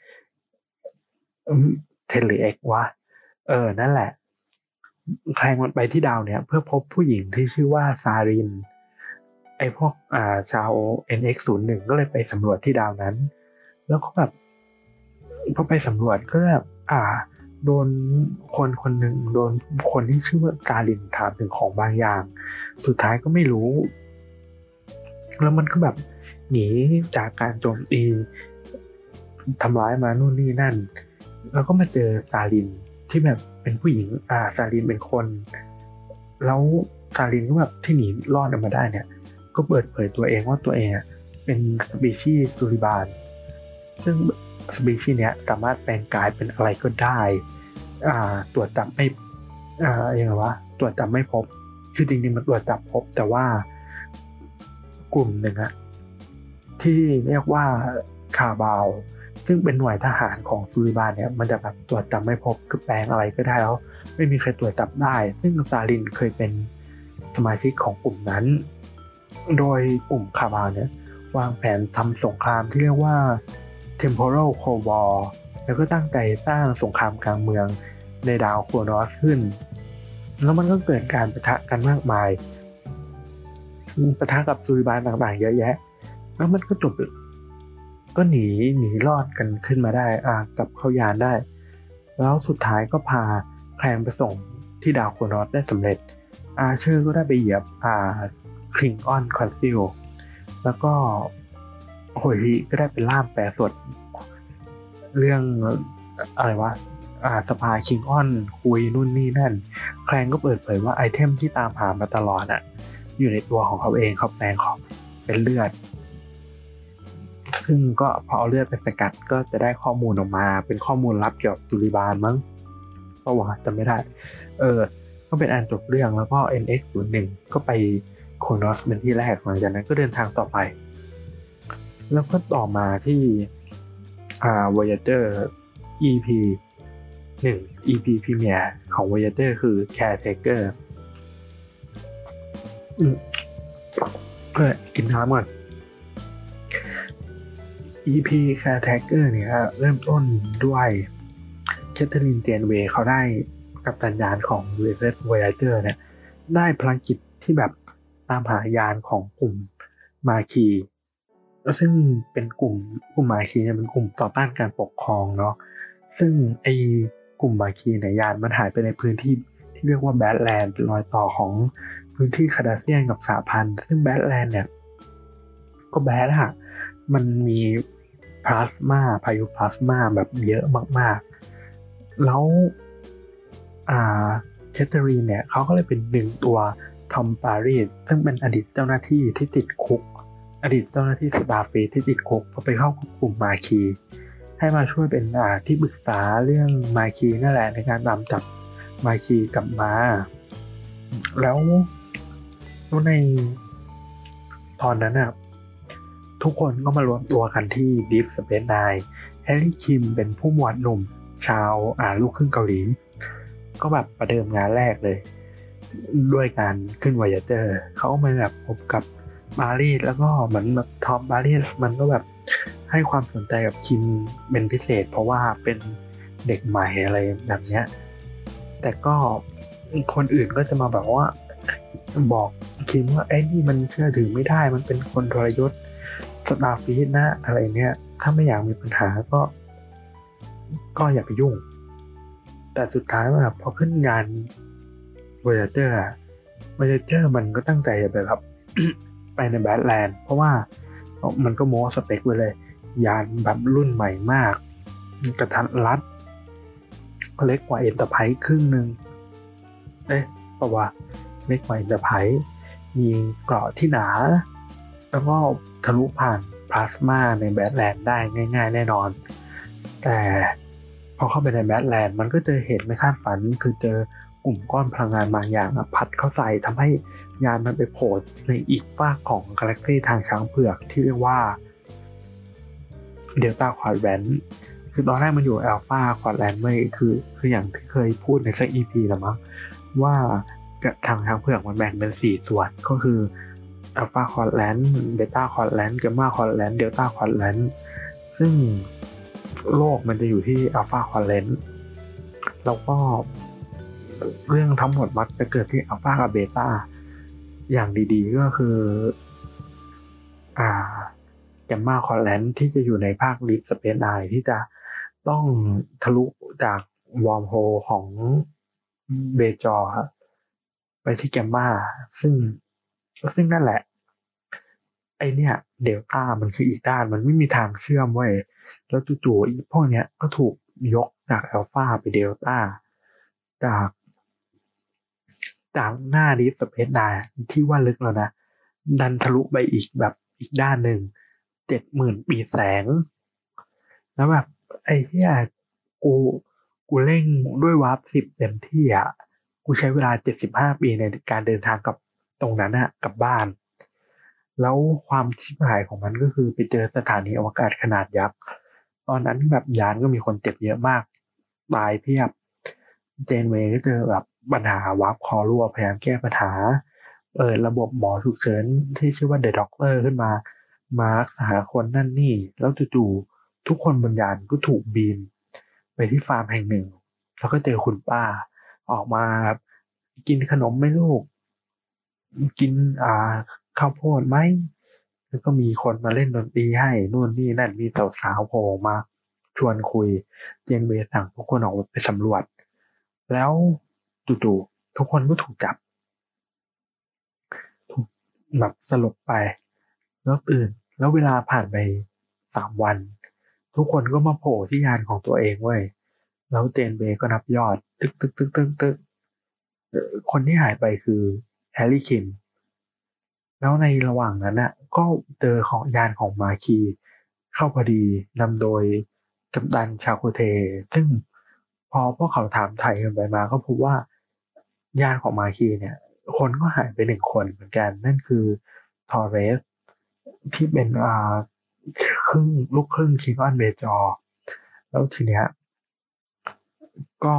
เทนหรือเอ็กวะเออนั่นแหละแคลงมันไปที่ดาวเนี่ยเพื่อพบผู้หญิงที่ชื่อว่าซารินไอพวกอ่าชาว เอ็น เอ็กซ์ ศูนย์ หนึ่ง ก็เลยไปสำรวจที่ดาวนั้นแล้วก็แบบพอไปสำรวจก็แบบอ่าโดนคนคนหนึ่งโดนคนที่ชื่อว่าซารินถามถึงของบางอย่างสุดท้ายก็ไม่รู้แล้วมันก็แบบหนีจากการโจมตีทำร้ายมานู่นนี่นั่นแล้วก็มาเจอซาลินที่แบบเป็นผู้หญิงอ่าซาลินเป็นคนแล้วซาลินก็แบบที่หนีรอดออกมาได้เนี่ยก็เปิดเผยตัวเองว่าตัวเองเป็นสปีชีส์ซูริบานซึ่งสปีชีส์เนี้ยสามารถแปลงกายเป็นอะไรก็ได้อ่าตรวจจับไม่อ่ายังไงวะตรวจจับไม่พบคือจริงๆมันตรวจจับพบแต่ว่ากลุ่มหนึ่งอะที่เรียกว่าคาบาวซึ่งเป็นหน่วยทหารของซูริบานเนี่ยมันจะแบบตรวจจับไม่พบคือแปลงอะไรก็ได้แล้วไม่มีใครตรวจจับได้ซึ่งซาลินเคยเป็นสมาชิกของกลุ่มนั้นโดยกลุ่มคาบาวเนี่ยวางแผนทำสงครามที่เรียกว่า Temporal Cold War แล้วก็ตั้งใจสร้างสงครามกลางเมืองในดาวโครโนสขึ้นแล้วมันก็เกิดการปะทะกันมากมายปะทะกับซูริบานต่างๆเยอะแยะแล้วมันก็จบก็หนีหนีรอดกันขึ้นมาได้อ่ากลับเข้ายานได้แล้วสุดท้ายก็พาแคลงไปส่งที่ดาวโครโนสได้สำเร็จอาเชอร์ก็ได้ไปเหยียบอ่าคลิงออนคอนซิลแล้วก็โฮชิก็ได้เป็นล่ามแปลสดเรื่องอะไรวะอ่าสภาคิงออนคุยนู่นนี่นั่นแคลงก็เปิดเผยว่าไอเทมที่ตามหามาตลอดอ่ะอยู่ในตัวของเขาเองเขาแปลงของเป็นเลือดซึ่งก็พอเอาเลือดไปสกัดก็จะได้ข้อมูลออกมาเป็นข้อมูลลับเกี่ยวกับซูริบานมั้งก็ว่าจำไม่ได้เออก็เป็นอันจบเรื่องแล้วก็ เอ็น เอ็กซ์ ศูนย์ หนึ่ง ก็ไปโครโนสเป็นที่แรกหลังจากนั้นก็เดินทางต่อไปแล้วก็ต่อมาที่อ่า Voyager อี พี หนึ่ง อี พี Premiere ของ Voyager คือ Caretaker อืมเพื่อกินน้ำก่อน อี พี Caretaker เนี่ยเริ่มต้นด้วยแคทเธอรีน เจนเวย์เขาได้กัปตันยานของ Voyager เนี่ยได้ภารกิจที่แบบตามหายานของกลุ่มมาคีซึ่งเป็นกลุ่มกลุ่มมาคีเนี่ยเป็นกลุ่มต่อต้านการปกครองเนาะซึ่งไอ้กลุ่มมาคีเนี่ยยานมันหายไปในพื้นที่ที่เรียกว่าแบดแลนด์รอยต่อของพื้นที่คาดาเซียนกับสหพันธ์ซึ่งแบดแลนด์เนี่ยก็แบดอะมันมีพลาสมาพายุพลาสมาแบบเยอะมากๆแล้วอ่าแคทเธอรีนเนี่ยเขาก็เลยเป็นดึงตัวทอมปารีสซึ่งเป็นอดีตเจ้าหน้าที่ที่ติดคุกอดีตเจ้าหน้าที่สตาร์ฟีที่ติดคุกพอไปเข้ากลุ่มมาคีให้มาช่วยเป็นอ่าที่ปรึกษาเรื่องมาคีนั่นแหละในการตามจับมาคีกลับมาแล้วในตอนนั้นน่ะทุกคนก็มารวมตัวกันที่ Deep Space Nine แฮร์รี่คิมเป็นผู้หมวดหนุ่มชาวอ่าลูกครึ่งเกาหลีก็แบบประเดิมงานแรกเลยด้วยการขึ้น Voyager เขาก็มาแบบพบกับมารีสแล้วก็เหมือนแบบทอมมารีสมันก็แบบให้ความสนใจกับคิมเป็นพิเศษเพราะว่าเป็นเด็กใหม่อะไรแบบเนี้ยแต่ก็คนอื่นก็จะมาแบบว่าบอกคิมว่าไอ้นี่มันเชื่อถือไม่ได้มันเป็นคนทรยศสตาร์ฟีดนะอะไรเนี้ยถ้าไม่อยากมีปัญหาก็ก็อย่าไปยุ่งแต่สุดท้ายแบบพอขึ้นงาน Voyager Voyager มันก็ตั้งใจจะไปแบบ ไปในแบดแลนด์เพราะว่ามันก็โม้สเปคไว้เลยยานแบบรุ่นใหม่มากกระทัดรัดเล็กกว่าเอ็นเตอร์ไพรส์ครึ่งนึงเอ๊ะเพราะว่าเล็กกว่าเอ็นเตอร์ไพรส์มีเกราะที่หนาแล้วก็ทะลุผ่านพลาสมาในแบดแลนด์ได้ง่ายๆแน่นอนแต่พอเข้าไปในแบดแลนด์มันก็เจอเหตุไม่คาดฝันคือเจอกลุ่มก้อนพลังงานบางอย่างพัดเข้าใส่ทำให้ยานมันไปโผล่ในอีกฝากของกาแล็กซี่ทางช้างเผือกที่เรียกว่าเดลต้าควอดแรนต์คือตอนแรกมันอยู่อัลฟาควอดแรนต์ไม่คือคืออย่างที่เคยพูดในสัก อี พี แล้วมั้งว่าทางช้างเผือกมันแบ่งเป็นสี่ส่วนก็คืออัลฟาควอดแรนต์เบต้าควอดแรนต์แกมมาควอดแรนต์เดลต้าควอดแรนต์ซึ่งโลกมันจะอยู่ที่อัลฟาควอดแรนต์แล้วก็เรื่องทั้งหมดมักจะเกิดที่อัลฟากับเบต้าอย่างดีๆก็คืออ่าแกมมาควอดแรนต์ที่จะอยู่ในภาคลิฟสเปซไนน์ที่จะต้องทะลุจากวอร์มโฮลของเบจอร์ไปที่แกมมาซึ่งซึ่งนั่นแหละไอเนี่ยเดลต้ามันคืออีกด้านมันไม่มีทางเชื่อมเว้ยแล้วจู่ๆอีพวกเนี้ยก็ถูกยกจากอัลฟาไปเดลต้าจากจากหน้าดิฟสเปซไนน์ที่ว่าลึกแล้วนะดันทะลุไปอีกแบบอีกด้านหนึ่งเจ็ดหมื่นปีแสงแล้วแบบไอ้เหี้ยกูกูเร่งด้วยวาร์ปสิบเต็มที่อ่ะกูใช้เวลาเจ็ดสิบห้าปีในการเดินทางกับตรงนั้นอะกับบ้านแล้วความชิบหายของมันก็คือไปเจอสถานีอวกาศขนาดยักษ์ตอนนั้นแบบยานก็มีคนเจ็บเยอะมากตายเพียบเจนเวย์ก็เจอแบบปัญหาวาร์ปคอรั่วพยายามแก้ปัญหาเปิดระบบหมอฉุกเฉินที่ชื่อว่าเดอะด็อกเตอร์ขึ้นมามารักษาคนนั่นนี่แล้วจู่ๆทุกคนบนยานก็ถูกบีมไปที่ฟาร์มแห่งหนึ่งแล้วก็เจอคุณป้าออกมากินขนมไหมลูกกินอ่าข้าวโพดไหมแล้วก็มีคนมาเล่นดนตรีให้นู่นนี่นั่นมีสาวๆโผล่มาชวนคุยเจนเวย์สั่งทุกคนออกไปสำรวจแล้วจู่ๆทุกคนก็ถูกจับถูกแบบสลบไปแล้วตื่นแล้วเวลาผ่านไปสามวันทุกคนก็มาโผล่ที่ยานของตัวเองเว้ยแล้วเจนเวย์ก็นับยอดตึกตึกตึกตึกตึกคนที่หายไปคือแฮร์รี่คิมแล้วในระหว่างนั้นน่ะก็เจอของยานของมาคีเข้าพอดีนำโดยกัปตันชาโคเทซึ่งพอพวกเขาถามไถ่กันไปมาก็พบว่ายานของมาคีเนี่ยคนก็หายไปหนึ่งคนเหมือนกันนั่นคือทอร์เรสที่เป็นอ่าครึ่งลูกครึ่งคิงออนเบจอร์แล้วทีเนี้ยก็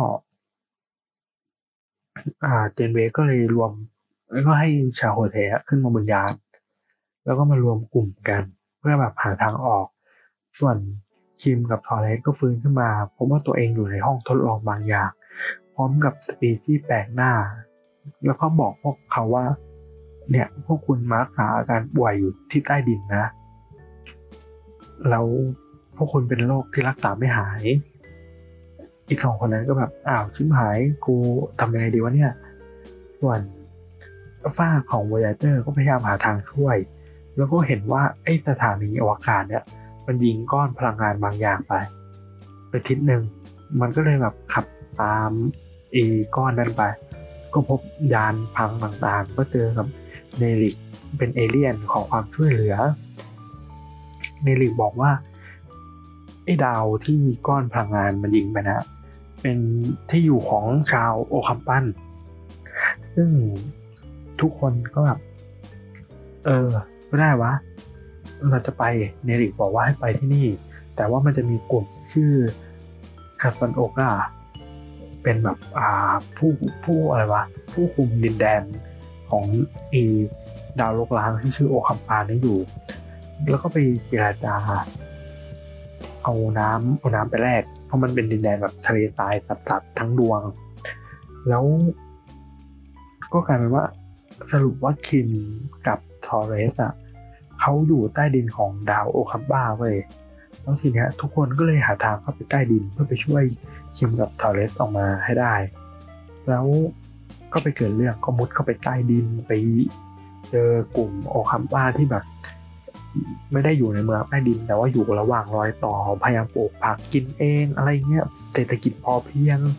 อ่าเจนเวย์ก็เลยรวมก็ให้ชาโฮเทะขึ้นมาบนยานแล้วก็มารวมกลุ่มกันเพื่อแบบหาทางออกส่วนคิมกับทอร์เรสก็ฟื้นขึ้นมาพบว่าตัวเองอยู่ในห้องทดลองบางอย่างพร้อมกับสปีชีส์แปลกหน้าแล้วก็บอกพวกเขาว่าเนี่ยพวกคุณมารักษาอาการป่วยอยู่ที่ใต้ดินนะแล้วพวกคุณเป็นโรคที่รักษาไม่หายอีกสองคนนั้นก็แบบอ้าวชิบหายกูทำยังไงดีวะเนี่ยส่วนฝ้าของ Voyager ก็พยายามหาทางช่วยแล้วก็เห็นว่าไอ้สถานีอวกาศเนี่ยมันยิงก้อนพลังงานบางอย่างไปไปทิศหนึ่งมันก็เลยแบบขับตามอีก้อนนั้นไปก็พบยานพังต่างๆก็เจอกับเนลิกเป็นเอเลี่ยนของความช่วยเหลือเนลิกบอกว่าไอ้ดาวที่มีก้อนพลังงานมันยิงไปนะเป็นที่อยู่ของชาวโอคัมปันซึ่งทุกคนก็แบบเออก็ได้วะเราจะไปเนริกบอกว่าให้ไปที่นี่แต่ว่ามันจะมีกลุ่มชื่อคาซันโอกาเป็นแบบอ่าผู้ผู้อะไรวะผู้คุมดินแดนของอีดาวโลกล้างที่ชื่อโอคัมปานี่อยู่แล้วก็ไปเจรจาเอาน้ำเอาน้ำไปแลกเพราะมันเป็นดินแดนแบบทะเลทรายตัดๆทั้งดวงแล้วก็กลายเป็นว่าสรุปว่าคิมกับทอเรสอ่ะเขาอยู่ใต้ดินของดาวโอคัมบ้าเว้ยแล้วทีเนี้ยทุกคนก็เลยหาทางเข้าไปใต้ดินเพื่อไปช่วยคิมกับทอเรสออกมาให้ได้แล้วก็ไปเกิดเรื่องก็มุดเข้าไปใต้ดินไปเจอกลุ่มโอคัมบ้าที่แบบไม่ได้อยู่ในเมืองใต้ดินแต่ว่าอยู่ระหว่างรอยต่อพยายามปลูกผักกินเองอะไรเงี้ยเศรษฐกิจพอเพียง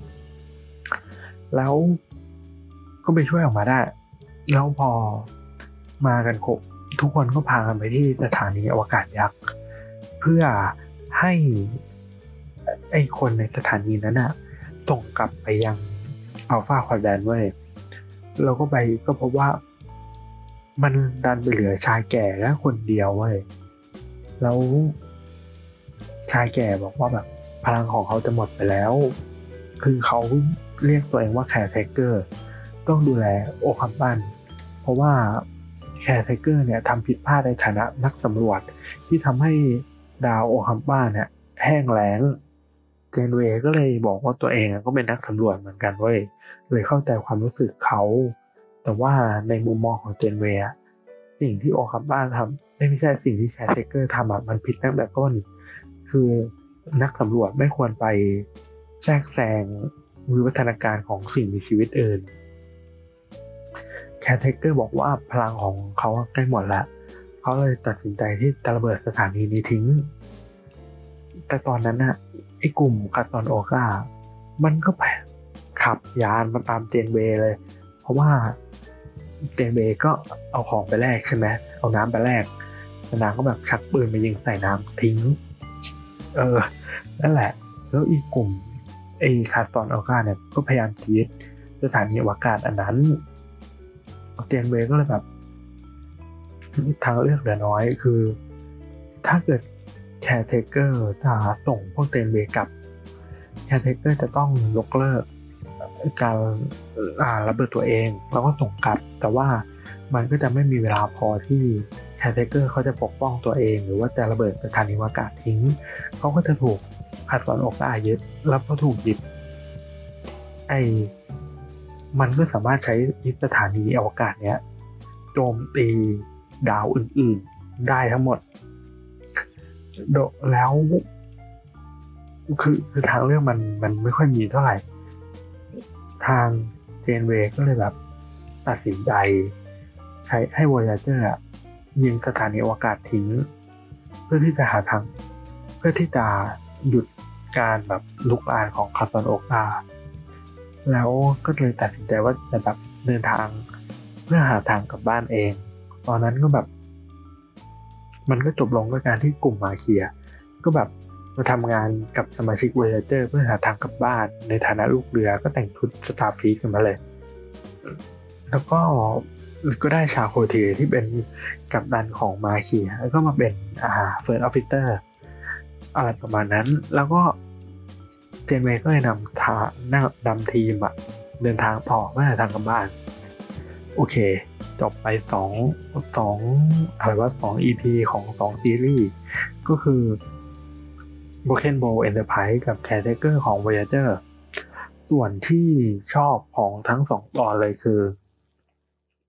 แล้วก็ไปช่วยออกมาได้แล้วพอมากันครบทุกคนก็พากันไปที่สถานีอวกาศยักษ์เพื่อให้ไอ้คนในสถานีนั้นน่ะส่งกลับไปยังอัลฟาควาแดนเว้ยเราก็ไปก็พบว่ามันดันไปเหลือชายแก่แค่คนเดียวเว้ยแล้วชายแก่บอกว่าแบบพลังของเขาจะหมดไปแล้วคือเขาเรียกตัวเองว่าแคร์เทเกอร์ต้องดูแลโอคัมปันเพราะว่าแคร์เทเกอร์เนี่ยทำผิดพลาดในฐานะนักสำรวจที่ทำให้ดาวโอคัมปันเนี่ยแห้งแล้งเจนเวย์ก็เลยบอกว่าตัวเองก็เป็นนักสำรวจเหมือนกันเว้ยเลยเข้าใจความรู้สึกเขาแต่ว่าในมุมมองของเจนเวย์สิ่งที่โอคัมปันทำไม่ใช่สิ่งที่แคร์เทเกอร์ทำอ่ะมันผิดตั้งแต่ต้นคือนักสำรวจไม่ควรไปแทรกแซงวิวัฒนาการของสิ่งมีชีวิตอื่นแคร์เทเกอร์บอกว่าพลังของเขาใกล้หมดแล้วเขาเลยตัดสินใจที่จะระเบิดสถานีนี้ทิ้งแต่ตอนนั้นน่ะไอ้กลุ่มคาตอนโอกามันก็ไปขับยานมาตามเจนเวย์เลยเพราะว่าเจนเวย์ก็เอาของไปแลกใช่ไหมเอาน้ำไปแลกนางก็แบบชักปืนมายิงใส่น้ำทิ้งเออนั่นแหละแล้วอีกกลุ่มไอ้คาตอนโอกาเนี่ยก็พยายามชีวิตสถานีอวกาศอันนั้นเจนเวย์ก็เลยแบบทางเลือกเหลือน้อยคือถ้าเกิดแคร์เทเกอร์จะส่งพวกเจนเวย์กลับแคร์เทเกอร์จะต้องยกเลิกการอ่าระเบิดตัวเองแล้วก็ส่งกลับแต่ว่ามันก็จะไม่มีเวลาพอที่แคร์เทเกอร์เขาจะปกป้องตัวเองหรือว่าจะระเบิดสถานีอวกาศทิ้งเขาก็จะถูกขัดสอนโอกาสยึดแล้วก็ถูกยึดไอ้มันก็สามารถใช้ยึดสถานีอวกาศเนี้ยโจมตีดาวอื่นๆได้ทั้งหมดแล้วคือคือทางเรื่องมันมันไม่ค่อยมีเท่าไหร่ทางเจนเวย์ก็เลยแบบตัดสินใจใช้ให้ Voyager อ่ะยิงสถานีอวกาศทิ้งเพื่อที่จะหาทางเพื่อที่จะหยุดการแบบลุกลามของคาตอนโอกาแล้วก็เลยตัดสินใจว่าจะแบบเดินทางเพื่อหาทางกลับบ้านเองตอนนั้นก็แบบมันก็จบลงด้วยการที่กลุ่มมาเคียก็แบบมาทำงานกับสมาชิก Voyager เพื่อหาทางกลับบ้านในฐานะลูกเรือก็แต่งชุดสตาร์ฟีดกันมาเลยแล้วก็ก็ได้ชาโคเทที่เป็นกัปตันของมาเคียแล้วก็มาเป็นอ่าเฟิร์สออฟฟิเซอร์อะไรประมาณนั้นแล้วก็เจนเวย์ก็เลยนำทางนำทีมอะเดินทางต่อเพื่อหาทางกลับบ้านโอเคจบไปสองสองอะไรว่าสอง อี พี ของสองซีรีส์ก็คือ Broken Bow Enterprise กับ Caretaker ของ Voyager ส่วนที่ชอบของทั้งสองตอนเลยคือ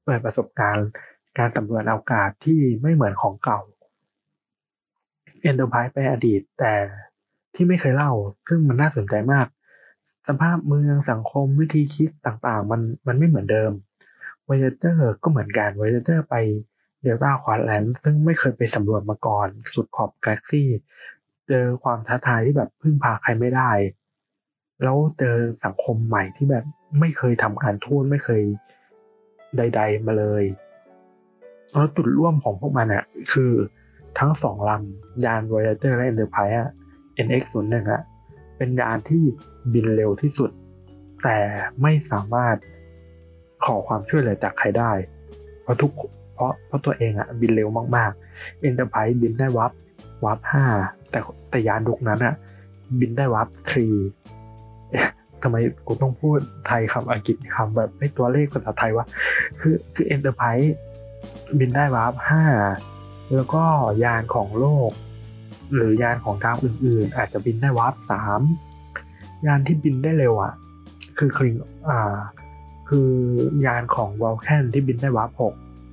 เปิดประสบการณ์การสำรวจอวกาศที่ไม่เหมือนของเก่า Enterprise ไปอดีตแต่ที่ไม่เคยเล่าซึ่งมันน่าสนใจมากสภาพเมืองสังคมวิธีคิดต่างๆมันมันไม่เหมือนเดิม Voyager ก็เหมือนกัน Voyager ไป Delta Quadrant ซึ่งไม่เคยไปสำรวจมาก่อนสุดขอบกาแล็กซี่เจอความท้าทายที่แบบพึ่งพาใครไม่ได้แล้วเจอสังคมใหม่ที่แบบไม่เคยทำการทูตไม่เคยใดๆมาเลยแล้วจุดร่วมของพวกมันอ่ะคือทั้งสองลำยาน Voyager และ Enterprise อ่ะ เอ็น เอ็กซ์ ศูนย์ หนึ่ง อ่ะเป็นยานที่บินเร็วที่สุดแต่ไม่สามารถขอความช่วยเหลือจากใครได้เพราะทุกเพราะเพราะตัวเองอ่ะบินเร็วมากๆ Enterprise บินได้วับวับห้าแต่แต่ยานยุคนั้นอ่ะบินได้วับสี่ทำไมกูต้องพูดไทยคำอังกฤษคำแบบไม่ตัวเลขภาษาไทยวะคือคือ Enterprise บินได้วับห้าแล้วก็ยานของโลกหรือยานของดาวอื่นๆอาจจะบินได้วับสามยานที่บินได้เร็วอ่ะคือคลิงอ่าคือยานของวอลแคนที่บินได้วับหก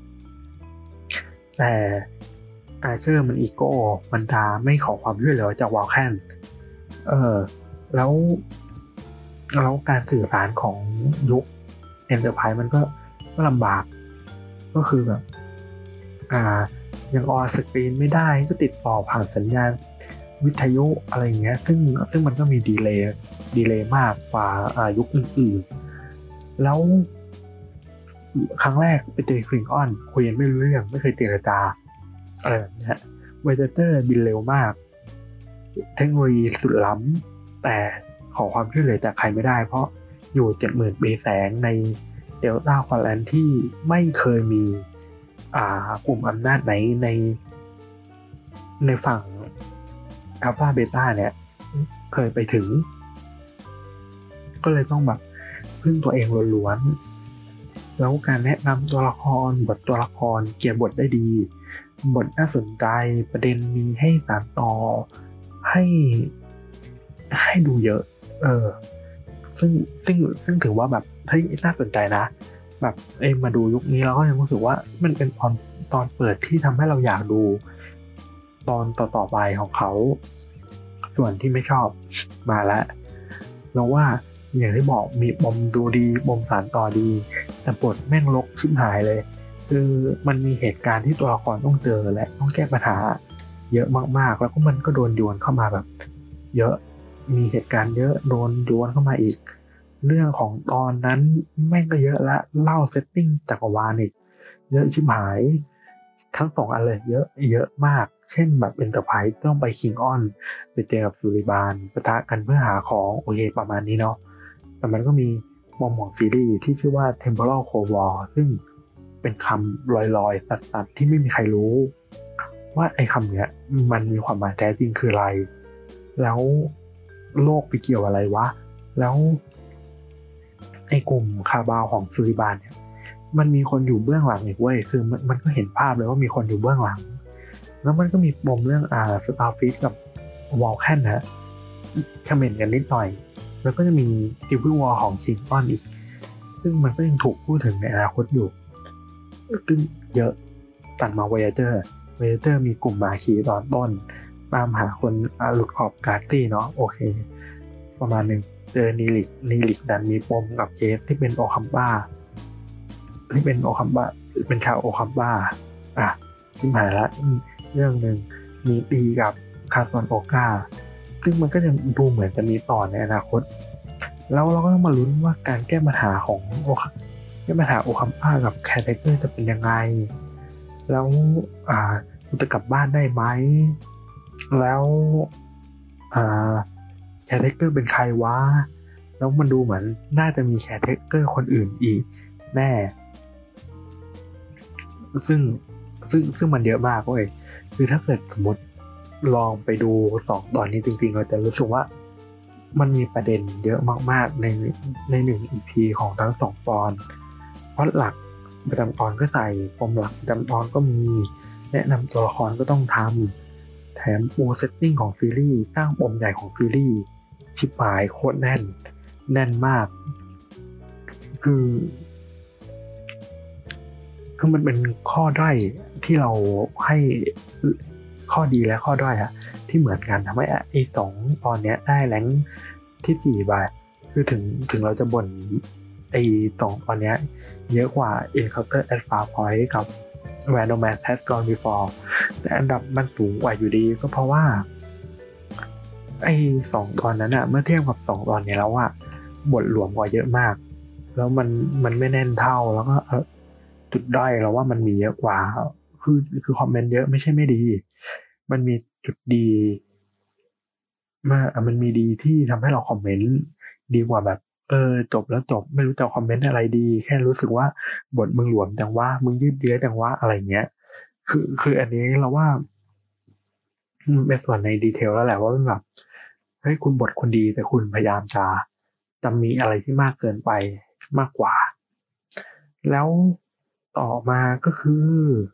แต่อาเชอร์มันอีโก้มันดาไม่ขอความช่วยเหลือจากวอลแคนเออแล้วแล้วการสื่อสารของยุค Enterprise มันก็ก็ลำบากก็คือแบบอ่ายังออนสกรีนไม่ได้ก็ติดต่อผ่านสัญญาณวิทยุอะไรอย่างเงี้ยซึ่งซึ่งมันก็มีดีเลย์ดีเลย์มากกว่าอ่ายุคอื่นๆแล้วครั้งแรกไปเจอคลิงออนคุยกันไม่รู้เรื่องไม่เคยเจรจาอะไรแบบนี้เวเจเตอร์บินเร็วมากเทคโนโลยีสุดล้ำแต่ขอความช่วยเหลือจากใครไม่ได้เพราะอยู่ เจ็ดหมื่น ปีแสงในเดลต้าควอแลนที่ไม่เคยมีอ่ากลุ่มอำนาจไหนในในฝั่งอัลฟาเบต้าเนี่ยเคยไปถึงก็เลยต้องแบบพึ่งตัวเองล้วนๆแล้วการแนะนำตัวละครบทตัวละครเขียนบทได้ดีบทน่าสนใจประเด็นมีให้สานต่อให้ให้ดูเยอะเออซึ่งซึ่งซึ่งถือว่าแบบเฮ้ยน่าสนใจนะแบบเอ้มาดูยุคนี้เราก็ยังรู้สึกว่ามันเป็นตอนตอนเปิดที่ทำให้เราอยากดูตอนต่อๆไปของเขาส่วนที่ไม่ชอบมาแล้วเราว่าอย่างที่บอกมีบอมดูดีบอมสารต่อดีแต่บทแม่งลกชิบหายเลยคือมันมีเหตุการณ์ที่ตัวละครต้องเจอและต้องแก้ปัญหาเยอะมากๆแล้วก็มันก็โดนโยนเข้ามาแบบเยอะมีเหตุการณ์เยอะโดนโยนเข้ามาอีกเรื่องของตอนนั้นแม่งก็เยอะละเล่าเซตติ้งจักรวาลอีกเยอะชิบหายทั้งสองอันเลยเยอะเยอะมากเช่นแบบ Enterprise ต้องไปคิงออนไปเจอกับสุริบาลปะทะกันเพื่อหาของโอเคประมาณนี้เนาะแต่มันก็มีมอมของซีรีส์ที่ชื่อว่า Temporal Cold War ซึ่งเป็นคำลอยๆสัตว์ๆที่ไม่มีใครรู้ว่าไอ้คำเนี้ยมันมีความหมายแท้จริงคืออะไรแล้วโลกไปเกี่ยวอะไรวะแล้วไอ้กลุ่มคาบาวของสุริบาลเนี่ยมันมีคนอยู่เบื้องหลังอีกเว้ยคือมันมันก็เห็นภาพเลยว่ามีคนอยู่เบื้องหลังแล้วมันก็มีปมเรื่องอ่าสตาร์ฟิชกับวอลแคนนะคอมเมนต์กันนิดหน่อยแล้วก็จะมีซิวิลวอร์ของคิงออนอีกซึ่งมันก็ยังถูกพูดถึงในอนาคตอยู่ซึ่งเยอะตัดมา Voyager Voyager มีกลุ่มมาคีตอนต้นตามหาคนหลุดขอบกาแล็กซี่เนาะโอเคประมาณนึงเจอนีลิกนีลิกดันมีปมกับเคสที่เป็นโอคัมบ้าที่เป็นโอคัมบ้าเป็นชาวโอคัมบ้าอ่ะที่หายละเรื่องหนึ่งมีตีกับคาซอนโอกาซึ่งมันก็จะดูเหมือนจะมีต่อในอนาคตแล้วเราก็ต้องมาลุ้นว่าการแก้ปัญหาของโอแก้ปัญหาโอคัมบ้ากับแคทเตอร์จะเป็นยังไงแล้วอ่าจะกลับบ้านได้ไหมแล้วอ่าแคทเตอร์เป็นใครวะแล้วมันดูเหมือนน่าจะมีแคทเตอร์คนอื่นอีกแน่ซึ่งซึ่งซึ่งมันเยอะมากเว้ยคือถ้าเกิดสมมติลองไปดูสองตอนนี้จริงๆเราจะรู้สึกว่ามันมีประเด็นเยอะมากๆในในหนึ่ง อี พี ของทั้งสองตอนเพราะหลักประจำตอนก็ใส่ปมหลักประจำตอนก็มีแนะนำตัวละครก็ต้องทำแถมปูเซตติ้งของซีรีส์สร้างปมใหญ่ของซีรีส์ชิบหายโคตรแน่นแน่นมากคือคือมันเป็นข้อด้อยที่เราให้ข้อดีและข้อด้อยอะที่เหมือนกันทำให้ไอ้สองตอนเนี้ยได้แรงค์ที่สี่ไปคือถึงถึงเราจะบ่นไอ้สองตอนเนี้ยเยอะกว่า Encounter at Farpoint กับ Where No Man Has Gone Before แต่อันดับมันสูงกว่าอยู่ดีก็เพราะว่าไอ้สองตอนนั้นอะเมื่อเทียบกับสองตอนนี้แล้วอะบทหลวมกว่าเยอะมากแล้วมันมันไม่แน่นเท่าแล้วก็เออจุดด้อยเราว่ามันมีเยอะกว่าคือคือคอมเมนต์เยอะไม่ใช่ไม่ดีมันมีจุดดีมามันมีดีที่ทำให้เราคอมเมนต์ดีกว่าแบบเออจบแล้วจบไม่รู้จะคอมเมนต์อะไรดีแค่รู้สึกว่าบทมึงหลวมจังว่ามึงยืดเยื้อจังว่าอะไรเงี้ยคือคืออันนี้เราว่าเป็นส่วนในดีเทลแล้วแหละว่าเป็นแบบเฮ้ยคุณบทคุณดีแต่คุณพยายามจะจะมีอะไรที่มากเกินไปมากกว่าแล้วต่อมาก็คือ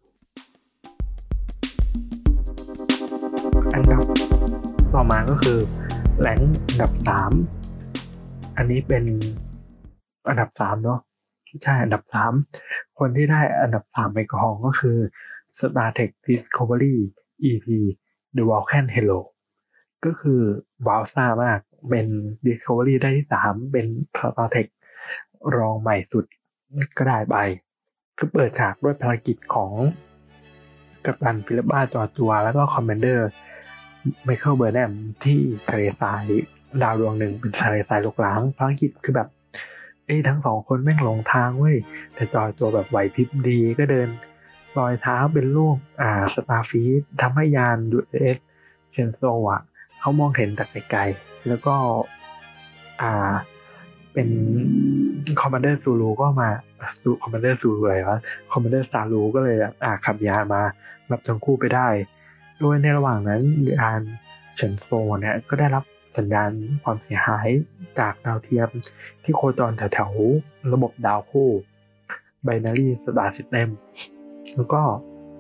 อันดับต่อมาก็คือแรงค์อันดับสามอันนี้เป็นอันดับสามเนาะใช่อันดับสามคนที่ได้อันดับสามไปครองก็คือ Star Trek Discovery อี พี The Vulcan Hello ก็คือว้าวซ่ามากเป็น Discovery ได้ที่สามเป็น Star Trek รองใหม่สุดก็ได้ไปคือเปิดฉากด้วยภารกิจของกัปตันฟิลิปบ้าจอจัวแล้วก็คอมมานเดอร์ไมเคิลเบอร์แนมที่ทะเลทรายดาวดวงหนึ่งเป็นทะเลทรายลกล้างภารกิจคือแบบเอ้ทั้งสองคนแม่งหลงทางเว้ยแต่จอตัวแบบไหวพริบดีก็เดินรอยเท้าเป็นรูปอ่าสตาร์ฟีดทำให้ยาน ยู เอส เอสเชนโซอ่ะเขามองเห็นจากไกลๆแล้วก็อ่าเป็นคอมมานเดอร์ซูรูก็มาซูคอมมานเดอร์ซูรูเลยวะคอมมานเดอร์ซารูก็เลยอ่าขับยานมารับทั้งคู่ไปได้โดยในระหว่างนั้นยานเฉินโซเนี่ยก็ได้รับสัญญาณความเสียหายจากดาวเทียมที่โคจรแถวๆระบบดาวคู่ Binary Star System แล้วก็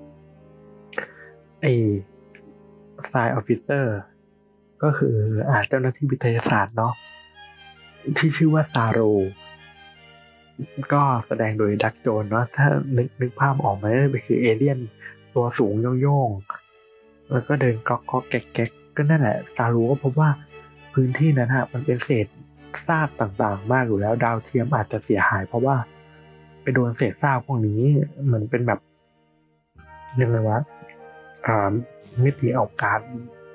ไอ้ Science Officer ก็คืออ่าเจ้าหน้าที่วิทยาศาสตร์เนาะที่ชื่อว่าซาโรก็แสดงโดยดักโจนเนาะถ้านึกนึกภาพออกมาก็คือเอเลี่ยนตัวสูงโย่งๆแล้วก็เดินก๊อกก๊อกแก๊กแก๊กก็นั่นแหละซาโรก็พบว่าพื้นที่นั้นฮะมันเป็นเศษซากต่างๆมากอยู่แล้วดาวเทียมอาจจะเสียหายเพราะว่าไปโดนเศษซากพวกนี้เหมือนเป็นแบบยังไงวะอ่ามิติอวกาศ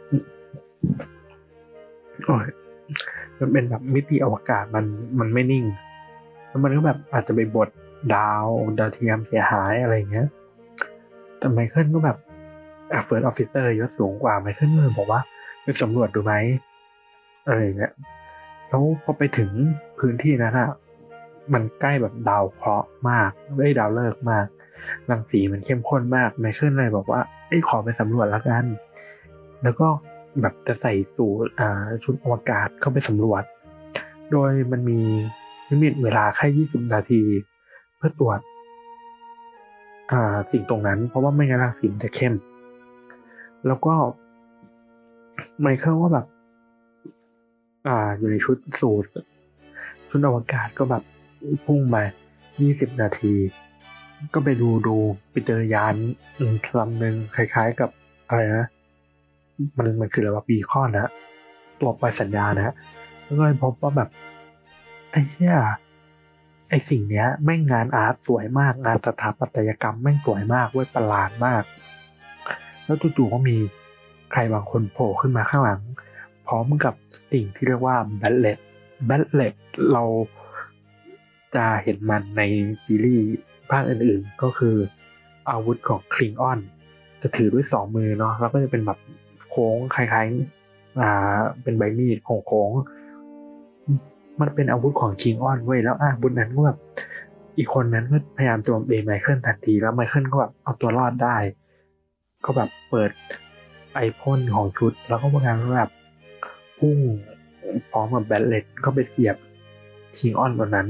โอ้ยมันเป็นแบบมิติอวกาศมันมันไม่นิ่งแล้วมันก็แบบอาจจะไปบดดาวดาวเทียมเสียหายอะไรเงี้ยแต่ไมเคิลก็แบบอ่ะเฟิร์สออฟฟิเซอร์ยศสูงกว่าไมเคิลเลยบอกว่าไปสำรวจดูไหมอะไรเงี้ยแล้วพอไปถึงพื้นที่นั้นอะมันใกล้แบบดาวเคราะห์มากไม่ดาวฤกษ์มากรังสีมันเข้มข้นมากไมเคิลเลยบอกว่าไอ้ขอไปสำรวจแล้วกันแล้วก็แบบจะใส่สูทอ่าชุดอวกาศเข้าไปสำรวจโดยมันมีลิมิตเวลาแค่ยี่สิบนาทีเพื่อตรวจอ่าสิ่งตรงนั้นเพราะว่าไม่งั้นรังสีมันจะเข้มแล้วก็ไมเคิลว่าแบบอ่าอยู่ในชุดสูทชุดอวกาศก็แบบพุ่งมายี่สิบนาทีก็ไปดูดูไปเจอยานลำหนึ่งคล้ายๆกับอะไรนะมันมันคืออะไรวะบีคอนนะตัวปล่อยสัญญาณนะแล้วก็เลยพบว่าแบบไอ้เหี้ยไอ้สิ่งเนี้ยแม่งงานอาร์ตสวยมากงานสถาปัตยกรรมแม่งสวยมากเว้ยประหลาดมากแล้วจู่ๆก็มีใครบางคนโผล่ขึ้นมาข้างหลังพร้อมกับสิ่งที่เรียกว่าแบลเลตแบลเลตเราจะเห็นมันในซีรีส์ภาคอื่นๆก็คืออาวุธของคลิงออนจะถือด้วยสองมือเนาะแล้วก็จะเป็นแบบโค้งคล้ายๆอ่าเป็นใบมีดโค้งๆมันเป็นอาวุธของคิงออนเว้ยแล้วอาวุธนั้นก็แบบอีกคนนั้นก็พยายามโจมตีไมเคิลทันทีแล้วไมเคิลก็แบบเอาตัวรอดได้ก็แบบเปิดไอพ่นของชุดแล้วก็พยายามแบบพุ่งพร้อมกับแบลเลตก็ไปเสียบคิงออนตัวนั้น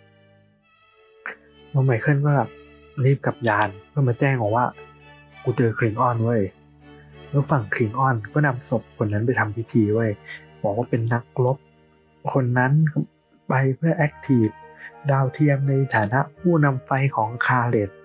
แล้วไมเคิลก็แบบรีบกลับยานเพื่อมาแจ้งบอกว่ากูเจอคลิงออนเว้ยแล้วฝั่งคลิงออนก็นำศพคนนั้นไปทำพิธีเว้ยบอกว่าเป็นนักรบคนนั้นไปเพื่อแอคทีฟดาวเทียมในฐานะผู้นำไฟของคาเลส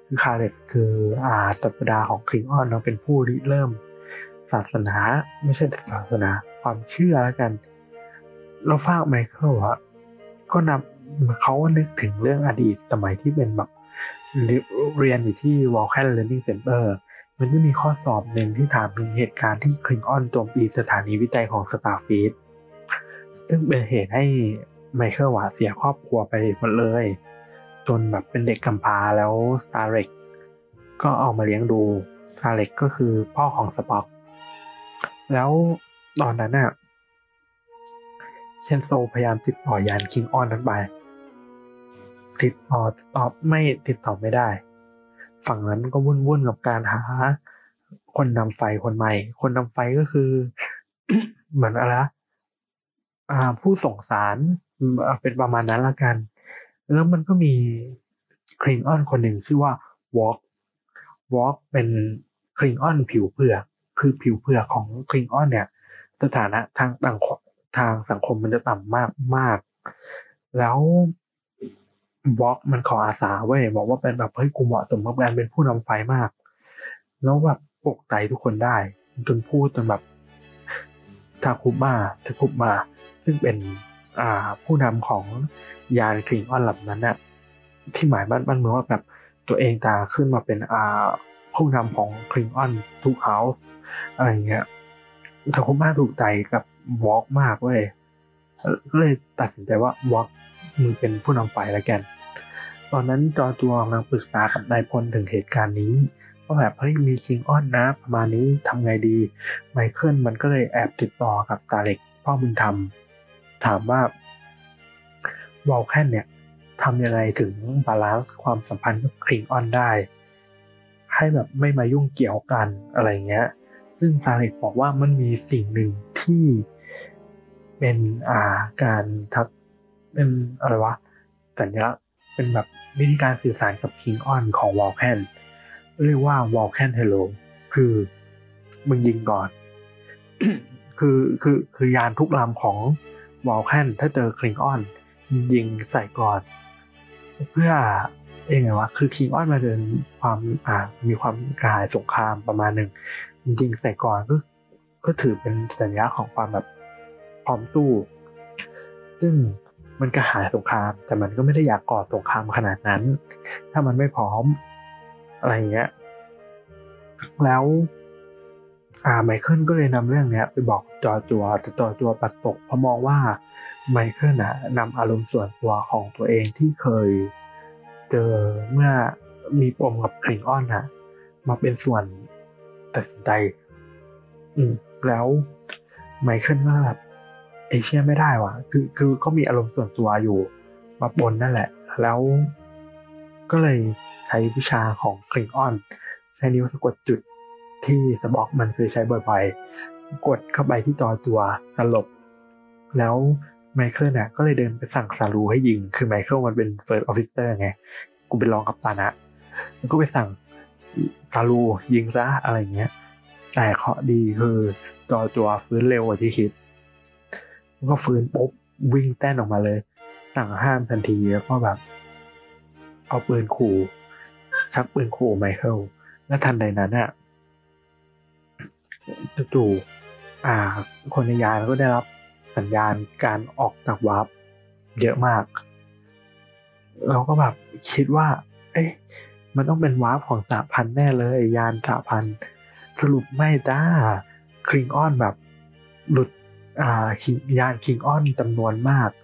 คือคาเล็กคืออ่าศาสดาของคลิงออนเนาะเป็นผู้ริเริ่มศาสนาไม่ใช่ศาสนาความเชื่อแล้วกันแล้วฝากไมเคิลอะก็นำเขานึกถึงเรื่องอดีตสมัยที่เป็นแบบเรียนอยู่ที่ Vulcan Learning Center มันจะมีข้อสอบหนึ่งที่ถามถึงเหตุการณ์ที่คลิงออนโจมตีสถานีวิจัยของ Starfleet ซึ่งเป็นเหตุให้ไมเคิลเสียครอบครัวไปหมดเลยจนแบบเป็นเด็กกำพร้าแล้ว Starek ก็เอามาเลี้ยงดู Starek ก็คือพ่อของสป็อกแล้วตอนนั้นน่ะเชนโซพยายามติดต่อยานคิงออนนั้นไปติดต่อตอบไม่ติดต่อไม่ได้ฝั่งนั้นก็วุ่นๆกับการหาคนนำไฟคนใหม่คนนำไฟก็คือ เหมือนอะไรอ่าผู้ส่งสารเป็นประมาณนั้นละกันแล้วมันก็มีคลิงออนคนหนึ่งชื่อว่าวอล์กวอล์กเป็นคลิงออนผิวเผือกคือผิวเผือกของคลิงออนเนี่ยสถานะทางต่างทางสังคมมันจะต่ำมากมากแล้ววอล์กมันขออาสาเว้ยบอกว่าเป็นแบบเฮ้ยกูเหมาะสมกับการเป็นผู้นำไฟมากแล้วแบบปลุกใจทุกคนได้จนพูดจนแบบทาคุมาทาคุมาซึ่งเป็นอ่าผู้นำของยานคลิงออนลำนั้นน่ะที่หมายบ้านบ้านเมืองว่าแบบตัวเองจะขึ้นมาเป็นอ่าผู้นำของคลิงออนทุกเฮาส์อะไรเงี้ยทาคุมาถูกใจกับวอล์กมากเว้ยก็เลยตัดสินใจว่าวอล์กมึงเป็นผู้นำฝ่ายละกันตอนนั้นจอจัวกำลังปรึกษากับนายพลถึงเหตุการณ์นี้ว่าแบบเฮ้ยมีคิงออนนะประมาณนี้ทำไงดีไมเคิลมันก็เลยแอบติดต่อกับสตาร์เล็กพ่อบุญธรรมถามว่าวอลแคนเนี่ยทำยังไงถึงบาลานซ์ความสัมพันธ์กับคิงออนได้ให้แบบไม่มายุ่งเกี่ยวกันอะไรเงี้ยซึ่งสตาร์เล็กบอกว่ามันมีสิ่งหนึ่งที่เป็นอ่าการทักเป็นอะไรวะสัญลักษณ์เป็นแบบวิธีการสื่อสารกับคิงออนของวอลแคนเรียกว่า Vulcan Hello คือมึงยิงก่อน คือคือคือยานทุกลำของ Vulcan ถ้าเจอ Klingon ยิงใส่ก่อนเพื่อเองไงวะคือ Klingon มาเดินความอ่ามีความกระหายสงครามประมาณหนึ่งยิงใส่ก่อนก็ก็ถือเป็นสัญญาของความแบบพร้อมสู้ซึ่งมันกระหายสงครามแต่มันก็ไม่ได้อยากก่อสงครามขนาดนั้นถ้ามันไม่พร้อมอะไรเงี้ยแล้วอ่าไมเคิลก็เลยนำเรื่องนี้ไปบอกจอจัวแต่จอจัวปัดตกเพราะมองว่าไมเคิลน่ะนำอารมณ์ส่วนตัวของตัวเองที่เคยเจอเมื่อมีปมกับคลิงออนน่ะมาเป็นส่วนตัดสินใจอืมแล้วไมเคิลก็แบบเอเชียไม่ได้ว่ะคือคือก็มีอารมณ์ส่วนตัวอยู่มาปนนั่นแหละแล้วก็เลยใช้วิชาของคลิงออนใช้นิ้วสะกดจุดที่สป็อกมันเคยใช้บ่อยๆกดเข้าไปที่จอจัวสลบแล้วไมเคิลเนี่ยก็เลยเดินไปสั่งซารูให้ยิงคือไมเคิลมันเป็นเฟิร์สออฟฟิเซอร์ไงกูเป็นรองกัปตันนะแล้วก็ไปสั่งซารูยิงซะอะไรเงี้ยแต่เคราะห์ดีคือจอจัวฟื้นเร็วกว่าที่คิดก็ฟื้นปุ๊บวิ่งแต้นออกมาเลยสั่งห้ามทันทีแล้วก็แบบเอาปืนขู่ชักปืนขู่ไมเคิลและทันใดนั้นอ่ะจู่ๆอ่าคนในยานก็ได้รับสัญญาณการออกจากวาร์ปเยอะมากเราก็แบบคิดว่าเอ๊ะมันต้องเป็นวาร์ปของสหพันธ์แน่เลยยานสหพันธ์สรุปไม่จ้าคลิงออนแบบหลุดอ่ายานคิงออนจำนวนมาก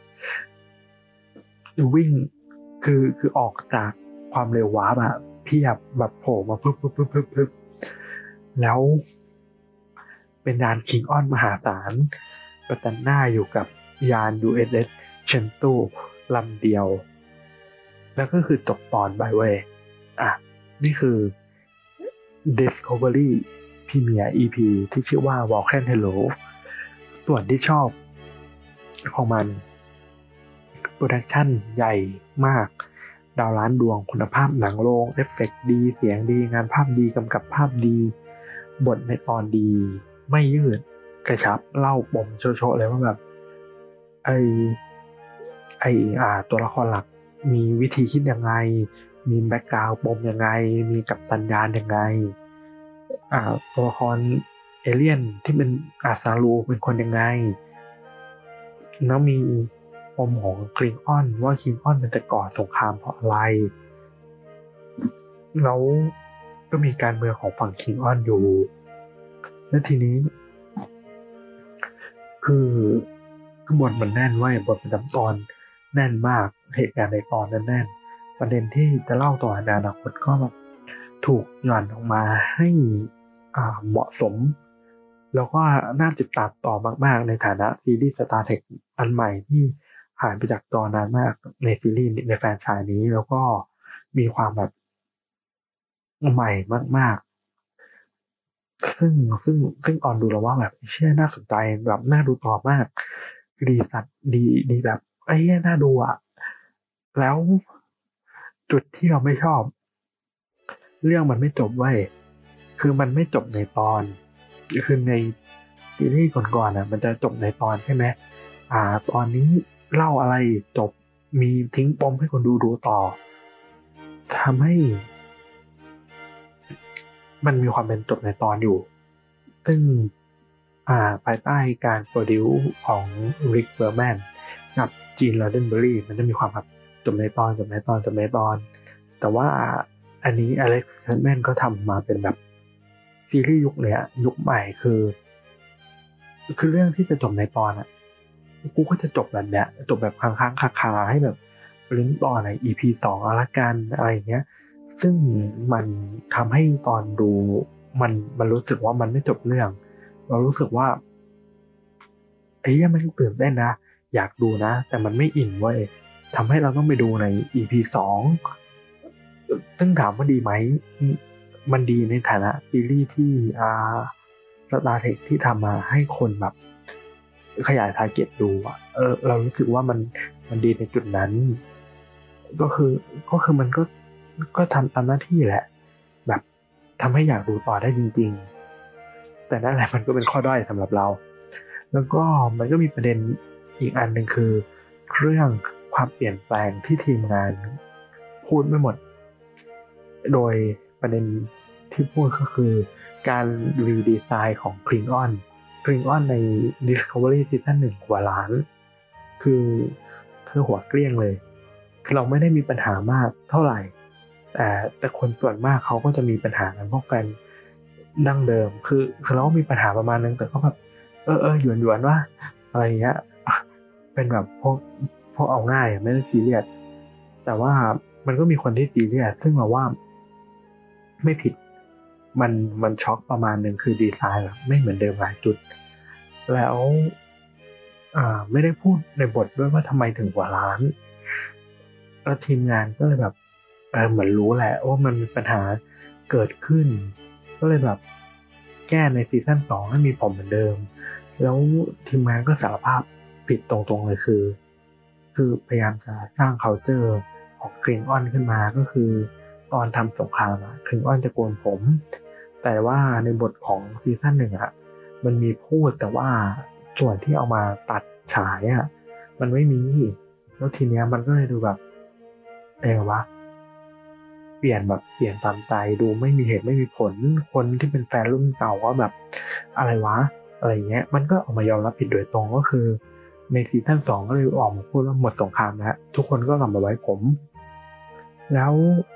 วิ่งคือคือออกจากความเร็ววาร์ปอะเพียบแบบโผล่มาปึ๊บปึ๊บปึ๊บปึ๊บปึ๊บแล้วเป็นยานคิงออนมหาศาลประจันหน้าอยู่กับยาน ยู เอส เอส เชนตูลำเดียวแล้วก็คือจบตอนไปเว้ยอ่ะนี่คือ Discovery Premiere อี พี ที่ชื่อว่า Vulcan Helloส่วนที่ชอบของมันโปรดักชั่นใหญ่มากดาวล้านดวงคุณภาพหนังโรงเอฟเฟกต์ดีเสียงดีงานภาพดีกำกับภาพดีบทในตอนดีไม่ยืดกระชับเล่าปมโชว์ๆเลยว่าแบบไอไออ่าตัวละครหลักมีวิธีคิดยังไงมีแบ็คกราวด์ปมยังไงมีกัปตันยานยังไงอ่าตัวละครเอเลี่ยนที่เป็นอาซารูเป็นคนยังไงแล้วมีปมของคลิงออนว่าคลิงออนมันจะก่อสงครามเพราะอะไรแล้วก็มีการเมืองของฝั่งคลิงออนอยู่และทีนี้คือคือบทมันแน่นไว้บทประจำตอนแน่นมากเหตุการณ์ในตอนนั้นแน่นประเด็นที่จะเล่าต่อในอนาคตก็แบบถูกหย่อนออกมาให้อ่าเหมาะสมแล้วก็น่าติดตามต่อมากๆในฐานะซีรีส์ Star Trek อันใหม่ที่หายไปจากจอนานมากในซีรีส์ในแฟรนไชส์นี้แล้วก็มีความแบบใหม่มากๆซึ่งซึ่งซึ่งตอนดูแล้วว่าแบบเชื่อน่าสนใจแบบน่าดูต่อมากดีสัตว์ดีดีแบบไอ้เหี้ยน่าดูอ่ะแล้วจุดที่เราไม่ชอบเรื่องมันไม่จบเว้ยคือมันไม่จบในตอนคือในซีรีส์ก่อนๆน่ะมันจะจบในตอนใช่ไหมอ่าตอนนี้เล่าอะไรจบมีทิ้งปมให้คนดูดูต่อทำให้มันมีความเป็นจบในตอนอยู่ซึ่งอ่าภายใต้การโปรดิวซ์ของริกเบอร์แมนกับจีนลอเดนเบอรี่มันจะมีความแบบจบในตอนจบในตอนจบในตอนแต่ว่าอันนี้อเล็กซ์เฮอร์แมนก็ทำมาเป็นแบบซีรีส์ยุคเนี้ยยุคใหม่คือคือเรื่องที่จะจบในตอนอ่ะกูก็จะจบแบบเนี้ยจบแบบค้างๆคาๆให้แบบลิ้นต่อใน อี พี สองเอาละกันอะไรอย่างเงี้ยซึ่งมันทำให้ตอนดูมันมันรู้สึกว่ามันไม่จบเรื่องเรารู้สึกว่าไอ้เหี้ยมันตื่นเต้นนะอยากดูนะแต่มันไม่อินเว้ยทำให้เราต้องไปดูใน อี พี สองซึ่งถามว่าดีไหมมันดีในฐานะซีรีส์ที่อ่า Star Trek ที่ทำมาให้คนแบบขยายทาร์เก็ตดูอ่ะเออเรารู้สึกว่ามันมันดีในจุดนั้นก็คือก็คือมันก็ก็ทำตามหน้าที่แหละแบบทำให้อยากดูต่อได้จริงๆแต่นั่นแหละมันก็เป็นข้อด้อยสำหรับเราแล้วก็มันก็มีประเด็นอีกอันหนึ่งคือเรื่องความเปลี่ยนแปลงที่ทีมงานพูดไม่หมดโดยประเด็นที่พูดก็คือการรีดีไซน์ของ Klingon Klingon ใน Discovery Season หนึ่งกว่าล้านคือคือหัวเกลี้ยงเลยคือเราไม่ได้มีปัญหามากเท่าไหร่แต่แต่คนส่วนมากเขาก็จะมีปัญหากันพวกแฟนดั้งเดิมคือคือเราก็มีปัญหาประมาณนึงแต่ก็แบบเออเออหยวนหยวนว่าอะไรเงี้ยเป็นแบบพวกพวกเอาง่ายไม่ได้ซีเรียสแต่ว่ามันก็มีคนที่ซีเรียสซึ่งเราว่าไม่ผิดมันมันช็อกประมาณนึงคือดีไซน์แบบไม่เหมือนเดิมหลายจุดแล้วอ่าไม่ได้พูดในบทด้วยว่าทำไมถึงกว่าล้านแล้วทีมงานก็เลยแบบเออเหมือนรู้แหละว่ามันมีปัญหาเกิดขึ้นก็เลยแบบแก้ในซีซั่นสองให้มีผมเหมือนเดิมแล้วทีมงานก็สารภาพผิดตรงๆเลยคือคือพยายามจะสร้าง culture ของคลิงออนขึ้นมาก็คือตอนทำสงครามอะคลิงออนจะโกนผมแต่ว่าในบทของซีซั่นหนึ่งอะมันมีพูดแต่ว่าส่วนที่เอามาตัดฉายอะมันไม่มีแล้วทีเนี้ยมันก็เลยดูแบบเออวะเปลี่ยนแบบเปลี่ยนตามใจดูไม่มีเหตุไม่มีผลคนที่เป็นแฟนรุ่นเก่าว่าแบบอะไรวะอะไรเงี้ยมันก็ออกมายอมรับผิดโดยตรงก็คือในซีซั่นสองก็เลยออกมาพูดว่าหมดสงครามแล้วทุกคนก็กลับมาไว้ผมแล้ว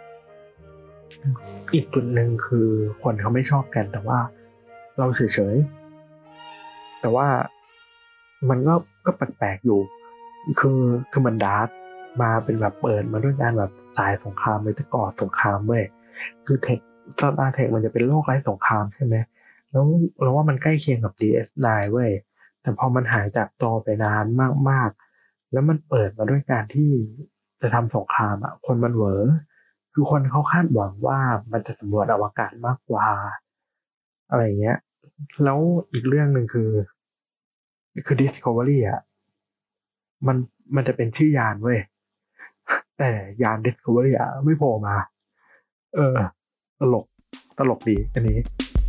อีกจุดหนึ่งคือคนเขาไม่ชอบกันแต่ว่าเราเฉยๆแต่ว่ามันก็ก็แปลกๆอยู่คือคือมันดาร์กมาเป็นแบบเปิดมาด้วยการแบบสายสงครามเลยจะก่อสงครามเว้ยคือเทคสตาร์เทคมันจะเป็นโลกไร้สงครามใช่ไหมแล้วเราว่ามันใกล้เคียงกับ ดี เอส ไนน์ เว้ยแต่พอมันหายจากจอไปนานมากๆแล้วมันเปิดมาด้วยการที่จะทำสงครามอ่ะคนมันเหวอคือคนเขาคาดหวังว่ามันจะสำรวจอวกาศมากกว่าอะไรเงี้ยแล้วอีกเรื่องหนึ่งคือคือ Discovery อ่ะมันมันจะเป็นชื่อยานเว้ยแต่ยาน Discovery อ่ะไม่โผล่มาเออตลกตลกดีอันนี้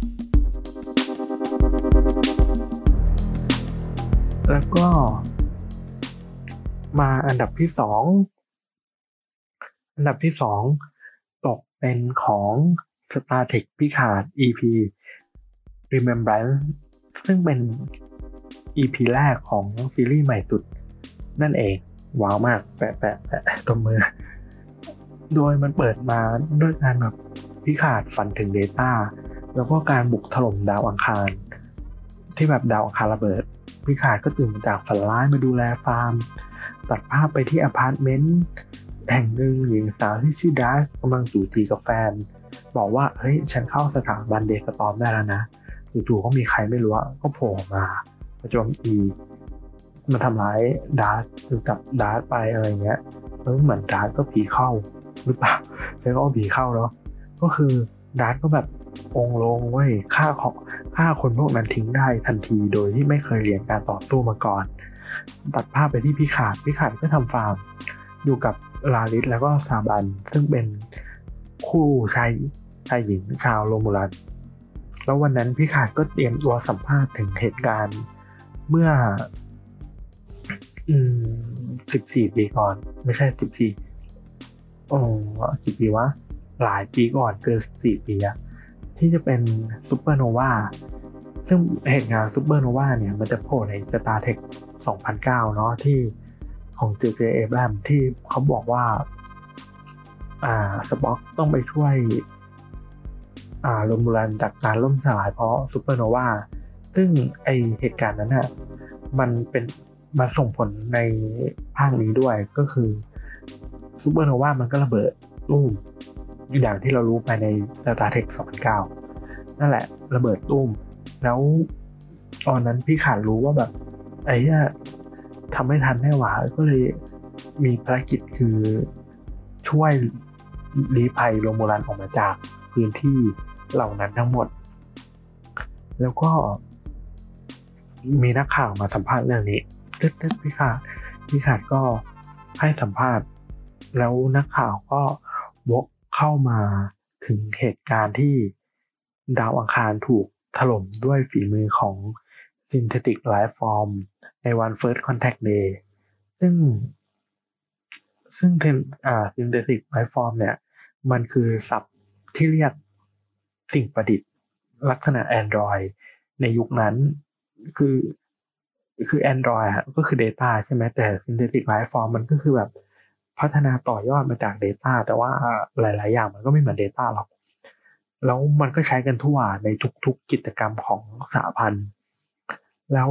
แล้วก็มาอันดับที่สองอันดับที่สองเป็นของ Star Trek Picard อี พี Remembrance ซึ่งเป็น อี พี แรกของซีรีส์ใหม่สุดนั่นเองว้าวมากแปะแปะแปะตบมือโดยมันเปิดมาด้วยการแบบพิคาร์ดฝันถึง Data แล้วก็การบุกถล่มดาวอังคารที่แบบดาวอังคารระเบิดพิคาร์ดก็ตื่นมาจากฝันร้ายมาดูแลฟาร์มตัดภาพไปที่อพาร์ตเมนต์แห่งหนึ่งหญิงสาวที่ชื่อดัสกำลังจู่จีกับแฟนบอกว่าเฮ้ยฉันเข้าสถาบันเดสตอมได้แล้วนะจู่ๆก็มีใครไม่รู้ก็โผล่มาโจมตีมาทำร้ายดาร์ธหรือจับดาร์ธไปอะไรเงี้ยแล้วเหมือนดาร์ธก็ผีเข้าหรือเปล่าแล้วก็ผีเข้าเนาะก็คือดาร์ธก็แบบองค์ลงเว้ยฆ่าของฆ่าคนพวกนั้นทิ้งได้ทันทีโดยที่ไม่เคยเรียนการต่อสู้มาก่อนตัดภาพไปที่พิคาร์ดพิคาร์ดก็ทำฟาร์มอยู่กับลาลิสแล้วก็ซาบันซึ่งเป็นคู่ชายชายหญิงชาวโรมูลันแล้ววันนั้นพิคาร์ดก็เตรียมตัวสัมภาษณ์ถึงเหตุการณ์เมื่ออืมสิบสี่ปีก่อนไม่ใช่สิบสี่โอ้กี่ปีวะหลายปีก่อนเกินสี่ปีอะที่จะเป็นซูเปอร์โนวาซึ่งเหตุการณ์ซูเปอร์โนวาเนี่ยมันจะโผล่ใน Star Trek สองพันเก้าเนาะที่ของ เจ เจ เอ Abrams ที่เขาบอกว่าอ่าสป็อกต้องไปช่วยอ่าโรมูลันจากการล่มสลายเพราะซูเปอร์โนวาซึ่งไอเหตุการณ์นั้นน่ะมันเป็นมาส่งผลในภาคนี้ด้วยก็คือซูเปอร์โนวามันก็ระเบิดตุ้มอย่างที่เรารู้ไปใน Star Trek สองพันเก้านั่นแหละระเบิดตุ้มแล้วตอนนั้นพี่ขาดรู้ว่าแบบไอ้เนี่ยทำไม่ทันแน่หว่าก็เลยมีภารกิจคือช่วยลี้ภัยโรมูลันออกมาจากพื้นที่เหล่านั้นทั้งหมดแล้วก็มีนักข่าวมาสัมภาษณ์เรื่องนี้ตึ๊ดๆพี่ขาดพี่ขาดก็ให้สัมภาษณ์แล้วนักข่าวก็วกเข้ามาถึงเหตุการณ์ที่ดาวอังคารถูกถล่มด้วยฝีมือของ Synthetic Life Form ในวัน First Contact Day ซึ่งซึ่งอ่า Synthetic Life Form เนี่ยมันคือศัพท์ที่เรียกสิ่งประดิษฐ์ลักษณะ Android ในยุคนั้นคือคือ Android ฮะก็คือ Data ใช่ไหมแต่ Synthetic Life Form มันก็คือแบบพัฒนาต่อยอดมาจาก Data แต่ว่าหลายๆอย่างมันก็ไม่เหมือน Data หรอกแล้วมันก็ใช้กันทั่วในทุกๆกิจกรรมของสหพันธ์แล้ว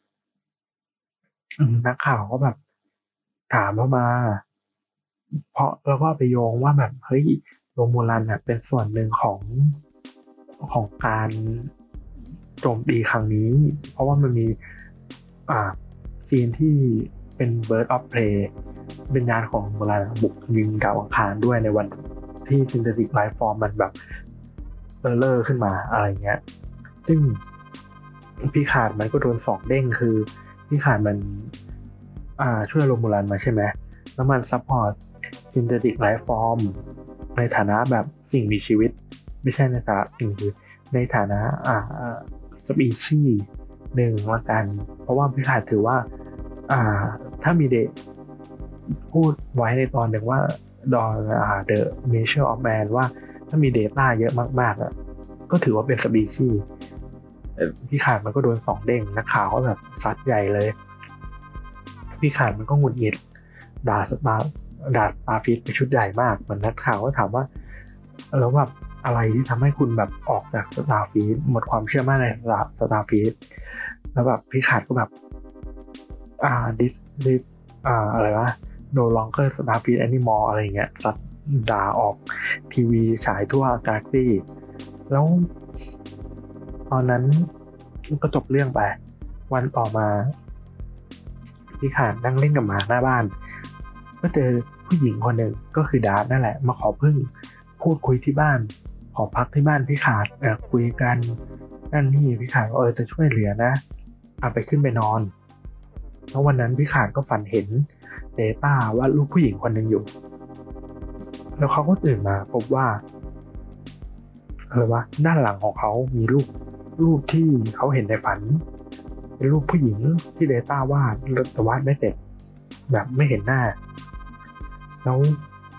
นักข่าวก็แบบถามเข้ามาเพราะแล้วก็ไปโยงว่าแบบเฮ้ยโรมูลันน่ะเป็นส่วนหนึ่งของของการโจมตีครั้งนี้เพราะว่ามันมีอ่าซีนที่เป็น Bird of Prey เป็นยานของโรมูลันบุกยิงดาวอังคารด้วยในวันที่ Synthetic Life Form มันแบบเออร์เลอร์ขึ้นมาอะไรเงี้ยซึ่งพี่ขาดมันก็โดนสองเด้งคือพี่ขาดมันอ่าช่วยโรมูลันมาใช่ไหมแล้วมันซัพพอร์ต Synthetic Life Form ในฐานะแบบสิ่งมีชีวิตไม่ใช่ในฐานะสิ่งคือในฐานะอ่าสปีชีส์หนึ่งละกันเพราะว่าพี่ขาดถือว่าอ่าถ้ามีเดพูดไว้ในตอนหนึ่งว่าดอนอ่า The Nature of Man ว่าถ้ามี Data เยอะมากๆอ่ะก็ถือว่าเป็นสปีชีส์พี่ขาดมันก็โดนสองเด้งนักข่าวก็แบบซัดใหญ่เลยพี่ขาดมันก็หงุดหงิดด่าสตาร์ด่าสตาร์ฟิชเป็นชุดใหญ่มากเหมือนนักข่าวก็ถามว่าแล้วแบบอะไรที่ทำให้คุณแบบออกจากสตาร์ฟิชหมดความเชื่อมั่นในสตาร์ฟิชแล้วแบบพี่ขาดก็แบบอ่าดิสดิสอ่าอะไรวะ no longer Starfleet anymore อะไรเงี้ยตัดด่าออกทีวีฉายทั่วกาแล็กซี่แล้วตอนนั้นก็จบเรื่องไปวันต่อมาพี่ขาดนั่งเล่นกับหมาหน้าบ้านก็เจอผู้หญิงคนหนึ่งก็คือดาร์ธนั่นแหละมาขอพึ่งพูดคุยที่บ้านขอพักที่บ้านพี่ขาดเอ่อคุยกันนั่นนี่พี่ขาดเออจะช่วยเหลือนะเอาไปขึ้นไปนอนแล้ววันนั้นพี่ขาดก็ฝันเห็นเดต้าว่าลูกผู้หญิงคนหนึ่งอยู่แล้วเขาก็ตื่นมาพบว่าเออวะด้านหลังของเขามีรูปรูปที่เขาเห็นในฝันเป็นรูปผู้หญิงที่เดต้าวาดแต่วาดไม่เสร็จแบบไม่เห็นหน้าแล้ว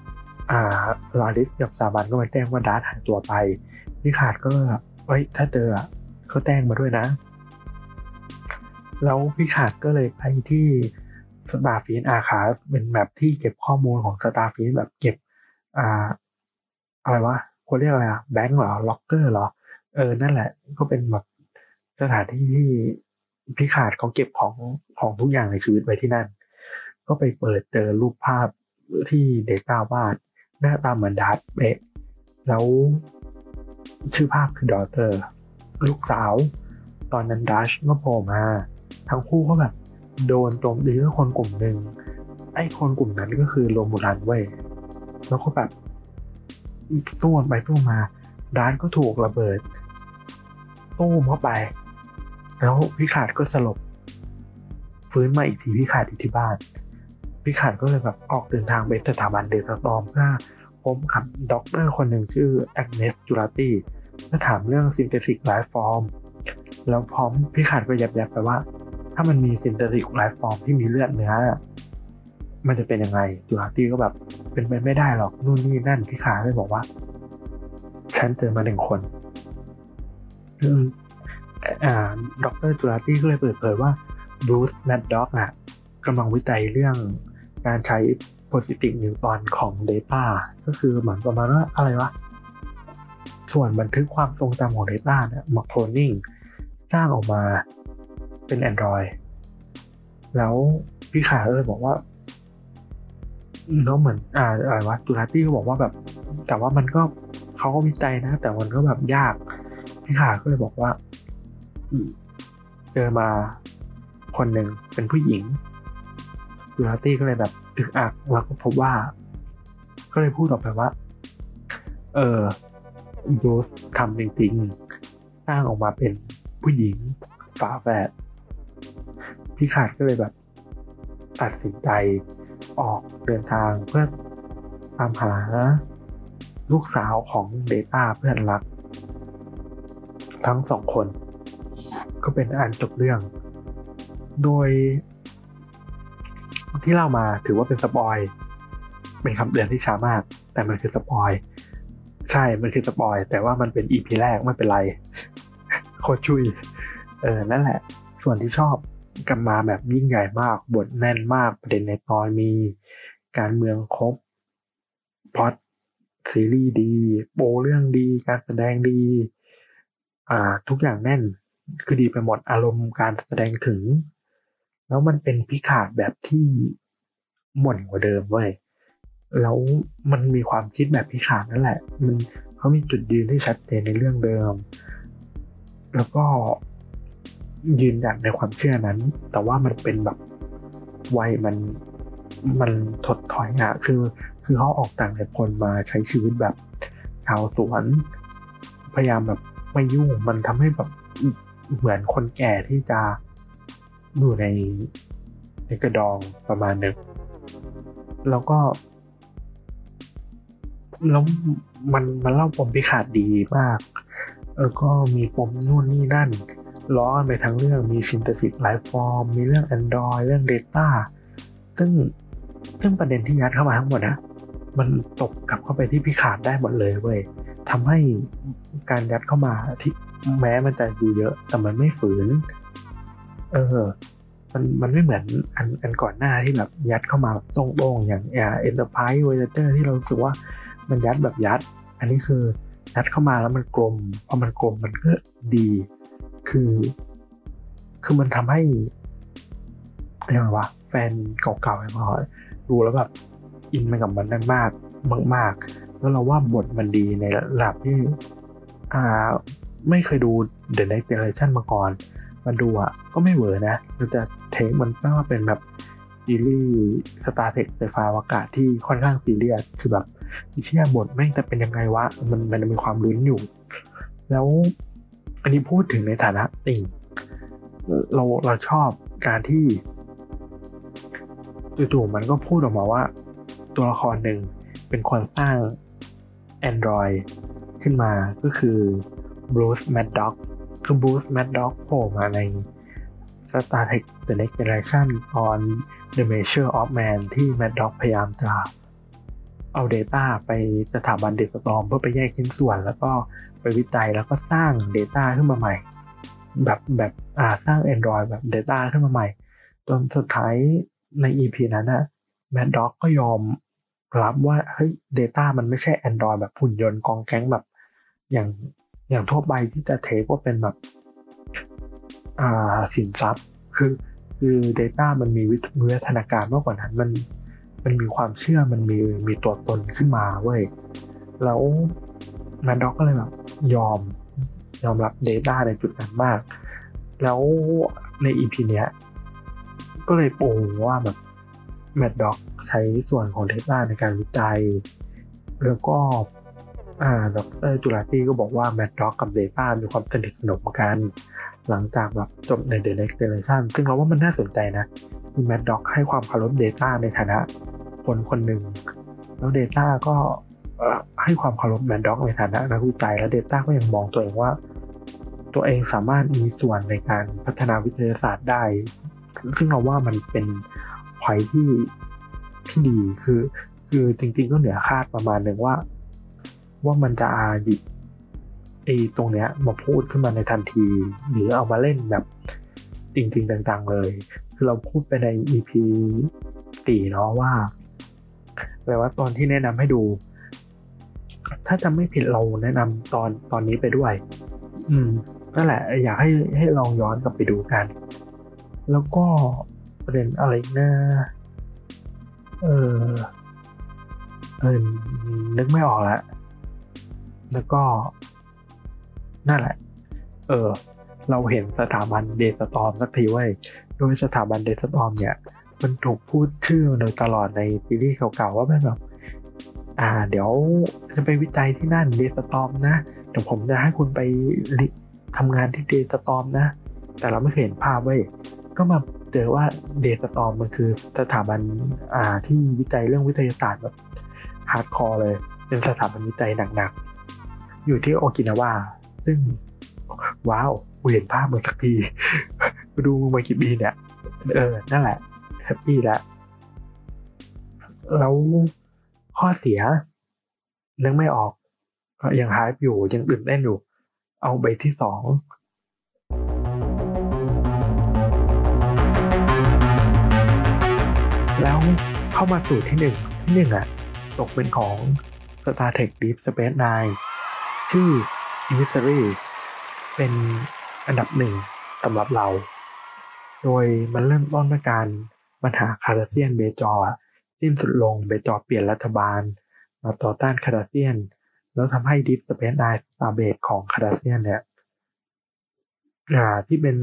อ่าลาริสกับซาบันก็มาแจ้งว่าดาร์ธหายตัวไปพิขาดก็เอ้ยถ้าเจอก็แจ้งมาด้วยนะแล้วพิขาดก็เลยไปที่สตาร์ฟีนอาคาเป็นแบบที่เก็บข้อมูลของสตาร์ฟีนแบบเก็บอ่าอะไรวะเขาเรียกอะไรอะแบงก์เหรอล็อกเกอร์เหรอเออนั่นแหละก็เป็นแบบสถานที่ที่พิขาดเขาเก็บของของทุกอย่างในชีวิตไว้ที่นั่นก็ไปเปิดเจอรูปภาพที่เดต้าวาดหน้าตาเหมือนดาร์ธเป๊ะแล้วชื่อภาพคือดอเตอร์ลูกสาวตอนนั้นดัชก็โผล่มาทั้งคู่ก็แบบโดนโจมตีด้วยคนกลุ่มหนึ่งไอ้คนกลุ่มนั้นก็คือโรมูลันเว้ยแล้วก็แบบสู้ไปสู้มาดัชก็ถูกระเบิดตู้มเข้าไปแล้วพิขาดก็สลบฟื้นมาอีกทีพิขาดอยู่ที่บ้านพิขาดก็เลยแบบออกเดินทางไปสถาบันเดลตาตอมเพื่อพบกับด็อกเตอร์คนหนึ่งชื่อแอกเนสจูราตี้เพื่อถามเรื่องซินเทสิกไลฟ์ฟอร์มแล้วพร้อมพิขาดก็ยับยับไปว่าถ้ามันมีซินเทสิกไลฟ์ฟอร์มที่มีเลือดเนื้อมันจะเป็นยังไงจูราตี้ก็แบบเป็นไปไม่ได้หรอกนู่นนี่นั่นพิขาดเลยบอกว่าฉันเจอมาหนึ่งคนอืมอ่าด็อกเตอร์จูราตี้ก็เลยเปิดเผยว่าบรูซแมดด็อกอ่ะกำลังวิจัยเรื่องการใช้ positive neutron ของ data ก็คือเหมือนประมาณว่าอะไรวะส่วนบันทึกความทรงจำของ data เนี่ยมาโคลนนิ่งสร้างออกมาเป็น Android แล้วพี่ขาเลยบอกว่าแล้วเหมือนอ่าอะไรวะจูราตี้ก็บอกว่าแบบแต่ว่ามันก็เขาก็วิจัยนะแต่มันก็แบบยากพี่ขาก็เลยบอกว่าเจอมาคนหนึ่งเป็นผู้หญิงจูราตี้ก็เลยแบบอึกอักแล้วก็พบว่าก็เลยพูดออกไปว่าเออบรูซทำจริงๆสร้างออกมาเป็นผู้หญิงฝาแฝดพี่ขาดก็เลยแบบตัดสินใจออกเดินทางเพื่อตามหาลูกสาวของเดต้าเพื่อนรักทั้งสองคนก็เป็นอันจบเรื่องโดยที่เล่ามาถือว่าเป็นสปอยเป็นคำเตือนที่ช้ามากแต่มันคือสปอยใช่มันคือสปอยแต่ว่ามันเป็น อี พี แรกไม่เป็นไรโคตรชุยเออนั่นแหละส่วนที่ชอบกันมาแบบยิ่งใหญ่มากบทแน่นมากประเด็นในตอนมีการเมืองครบพล็อตซีรีส์ดีโปรเรื่องดีการแสดงดีอ่าทุกอย่างแน่นคือดีไปหมดอารมณ์การแสดงถึงแล้วมันเป็นพิขาดแบบที่หม่นกว่าเดิมเว้ยแล้วมันมีความคิดแบบพิขาดนั่นแหละมันเขามีจุดยืนที่ชัดเจนในเรื่องเดิมแล้วก็ยืนหยัดในความเชื่อนั้นแต่ว่ามันเป็นแบบวัยมันมันถดถอยอ่ะคือคือเขาออกต่างจากคนมาใช้ชีวิตแบบชาวสวนพยายามแบบไม่ยุ่งมันทำให้แบบเหมือนคนแก่ที่จะอยู่ในในกระดองประมาณนึงแล้วก็แล้วมันมันเล่าปมพิขาดดีมากแล้วก็มีปมนู่นนี่นั่นล้อกันไปทั้งเรื่องมี synthetic life form มีเรื่อง Android เรื่อง data ซึ่งซึ่งประเด็นที่ยัดเข้ามาทั้งหมดนะมันตกกลับเข้าไปที่พิขาดได้หมดเลยเว้ยทำให้การยัดเข้ามาที่แม้มันจะดูเยอะแต่มันไม่ฝืนเออมันมันไม่เหมือนอันอันก่อนหน้าที่แบบยัดเข้ามาตรงๆอย่างอ่า Enterprise Voyager ที่เรารู้สึกว่ามันยัดแบบยัดอันนี้คือยัดเข้ามาแล้วมันกลมพอมันกลมมันก็ดีคือคือมันทำให้เรียกว่าแฟนเก่าๆอย่างเราดูแล้วแบบอินไปกับมันได้มากมากๆแล้วเราว่าบทมันดีในระดับที่อ่าไม่เคยดู The Next Generation มาก่อนมาดูอ่ะก็ไม่เวอร์นะเราจะเทคมันไม่ว่าเป็นแบบซีรีส์ Star Trek ไฟฟ้าอากาศที่ค่อนข้างซีเรียสคือแบบเชื่อบทแม่งจะเป็นยังไงวะมันมันมีความลุ้นอยู่แล้วอันนี้พูดถึงในฐานะติ่งเราเราชอบการที่จู่ๆมันก็พูดออกมาว่าตัวละครหนึ่งเป็นคนสร้าง Android ขึ้นมาก็คือบรูซแมดด็อกคือบรูซแมดด็อกโผล่มาใน Star Trek The Next Generation ตอน The Measure of Man ที่แมดด็อกพยายามจะเอา data ไปสถาบัน Datastorm เพื่อไปแยกชิ้นส่วนแล้วก็ไปวิจัยแล้วก็สร้าง data ขึ้นมาใหม่แบบแบบอ่าสร้าง Android แบบ data ขึ้นมาใหม่จนสุดท้ายใน อี พี นั้นนะ Mad Dog ก็ยอมรับว่าเฮ้ย data มันไม่ใช่ Android แบบหุ่นยนต์กองแก๊งแบบอย่างอย่างทั่วไปที่จะเทคว่าเป็นแบบอ่าสินทรัพย์คือคือ data มันมีวิวัฒนาการมากกว่านั้นมันมันมีความเชื่อมันมีมีตัวตนขึ้นมาเว้ยแล้วแมดด็อกก็เลยแบบยอมยอมรับ data ในจุดนั้นมากแล้วใน อี พี เนี้ยก็เลยโปงว่าแบบแมดด็อกใช้ส่วนของ data ในการวิจัยแล้วก็อ่าดรจุลาตี้ก็บอกว่าแมดด็อกกับ data มีความสนิทสนมกันหลังจากแบบจบใน The Next Generation ซึ่งเราว่ามันน่าสนใจนะที่แมดด็อกให้ความเคารพ data ในฐานะคนคนหนึ่งแล้ว data ก็ให้ความเคารพแมดด็อกในฐานะนักวิจัยและ data ก็ยังมองตัวเองว่าตัวเองสามารถมีส่วนในการพัฒนาวิทยาศาสตร์ได้ซึ่งเราว่ามันเป็นพอยที่ที่ดีคือคือจริงๆก็เหนือคาดประมาณหนึ่งว่าว่ามันจะอาหยิบไอ้ตรงเนี้ยมาพูดขึ้นมาในทันทีหรือเอามาเล่นแบบจริงๆต่างๆเลยคือเราพูดไปใน อี พี สี่เนาะว่าแปลว่าตอนที่แนะนำให้ดูถ้าจำไม่ผิดเราแนะนำตอนตอนนี้ไปด้วยอืมนั่นแหละอยากให้ให้ลองย้อนกลับไปดูกันแล้วก็ประเด็นอะไรนะเออเออนึกไม่ออกแล้วแล้วก็นั่นแหละเออเราเห็นสถาบัน Datastorm สักทีเว้ยโดยสถาบัน Datastorm เนี่ยมันถูกพูดชื่อโดยตลอดในซีรีส์เก่าๆว่าแบบอ่าเดี๋ยวจะไปวิจัยที่นั่น Datastorm นะเดี๋ยวผมจะให้คุณไปทำงานที่ Datastorm นะแต่เราไม่เคยเห็นภาพเว้ยก็มาเจอว่า Datastorm มันคือสถาบันอ่าที่วิจัยเรื่องวิทยาศาสตร์แบบฮาร์ดคอร์เลยเป็นสถาบันวิจัยหนักๆอยู่ที่โอกินาวาซึ่งว้าวกูเห็นภาพมันสักทีกูดูมึงมากี่ปีเนี่ยเออนั่นแหละแฮปปี้แล้วแล้วข้อเสียนึกไม่ออกยังฮาร์ปอยู่ยังตื่นเต้นอยู่เอาใบที่สองแล้วเข้ามาสู่ที่หนึ่งที่หนึ่งอ่ะตกเป็นของ Star Trek Deep Space Nine ชื่อ Emissary เป็นอันดับหนึ่งสำหรับเราโดยมันเริ่มต้นด้วยการปัญหาคาร์ดาเซียนเบจอร์สิ้นสุดลงเบจอร์เปลี่ยนรัฐบาลมาต่อต้านคาร์ดาเซียนแล้วทำให้ Deep Space Nine Starbase ของคาร์ดาเซียนเนี่ยอ่าที่เป็น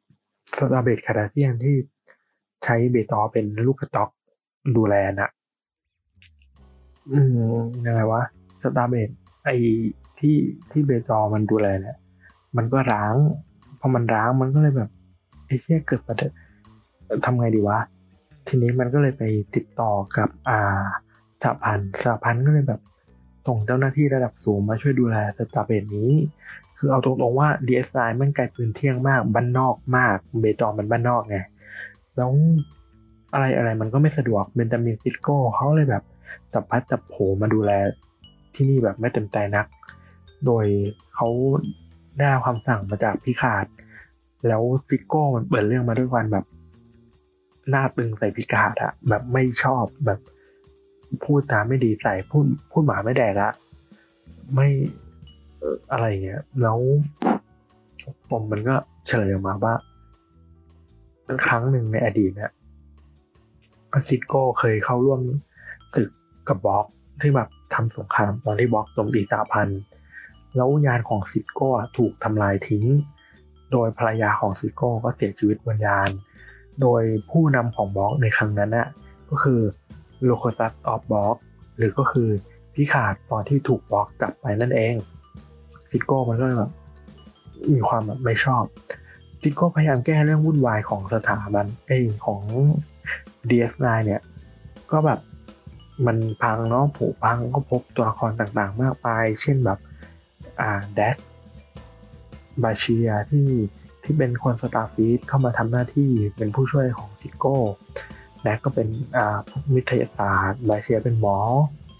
Starbase คาร์ดาเซียนที่ใช้เบจอร์เป็นลูกกระจอกดูแลน่ะอืมยังไงวะ Starbase ไอ้ที่ที่เบจอร์มันดูแลเนี่ยมันก็ร้างพอมันร้างมันก็เลยแบบไอ้เหี้ยเกิดประเด็นทำไงดีวะทีนี้มันก็เลยไปติดต่อกับอ่าสหพันธ์สหพันธ์ก็เลยแบบส่งเจ้าหน้าที่ระดับสูงมาช่วยดูแลสตาร์เบสนี้คือเอาตรงๆว่า ดี เอส ไอ มันไกลปืนเที่ยงมากบ้านนอกมากเบจอร์มันบ้านนอกไงแล้วอะไรอะไรมันก็ไม่สะดวกเบนจามินซิสโก้เขาเลยแบบจับพัดจับโผมาดูแลที่นี่แบบไม่เต็มใจนักโดยเขาได้ความสั่งมาจากพิคาร์ดแล้วซิโก้มันเปิดเรื่องมาด้วยกันแบบหน้าตึงใส่พิคาร์ดอะแบบไม่ชอบแบบพูดตามไม่ดีใส่พูดพูดหมาไม่แดกอะไม่เอ่ออะไรเงี้ยแล้วผมมันก็เฉลยออกมาว่าครั้งหนึ่งในอดีตเนี่ยซิโก้เคยเข้าร่วมศึกกับบล็อกที่แบบทำสงครามตอนที่บล็อกโจมตีสหพันธ์แล้วยานของซิโก้ถูกทำลายทิ้งโดยภรรยาของซิโก้ก็เสียชีวิตบนยานโดยผู้นำของบล็อกในครั้งนั้นน่ะก็คือโลโคซัสออฟบล็อกหรือก็คือพิคาร์ดตอนที่ถูกบล็อกจับไปนั่นเองซิโก้มันก็เลยแบบมีความแบบไม่ชอบซิโก้พยายามแก้เรื่องวุ่นวายของสถาบันไอ้ของ ดี เอส ไนน์ เนี่ยก็แบบมันพังเนาะผุพังก็พบตัวละครต่างๆมากมายเช่นแบบอ่าแดกบาเชียที่ที่เป็นคนสตาร์ฟีดเข้ามาทำหน้าที่เป็นผู้ช่วยของซิโก้แดกก็เป็นอ่าวิทยาศาสตร์บาเชียเป็นหมอ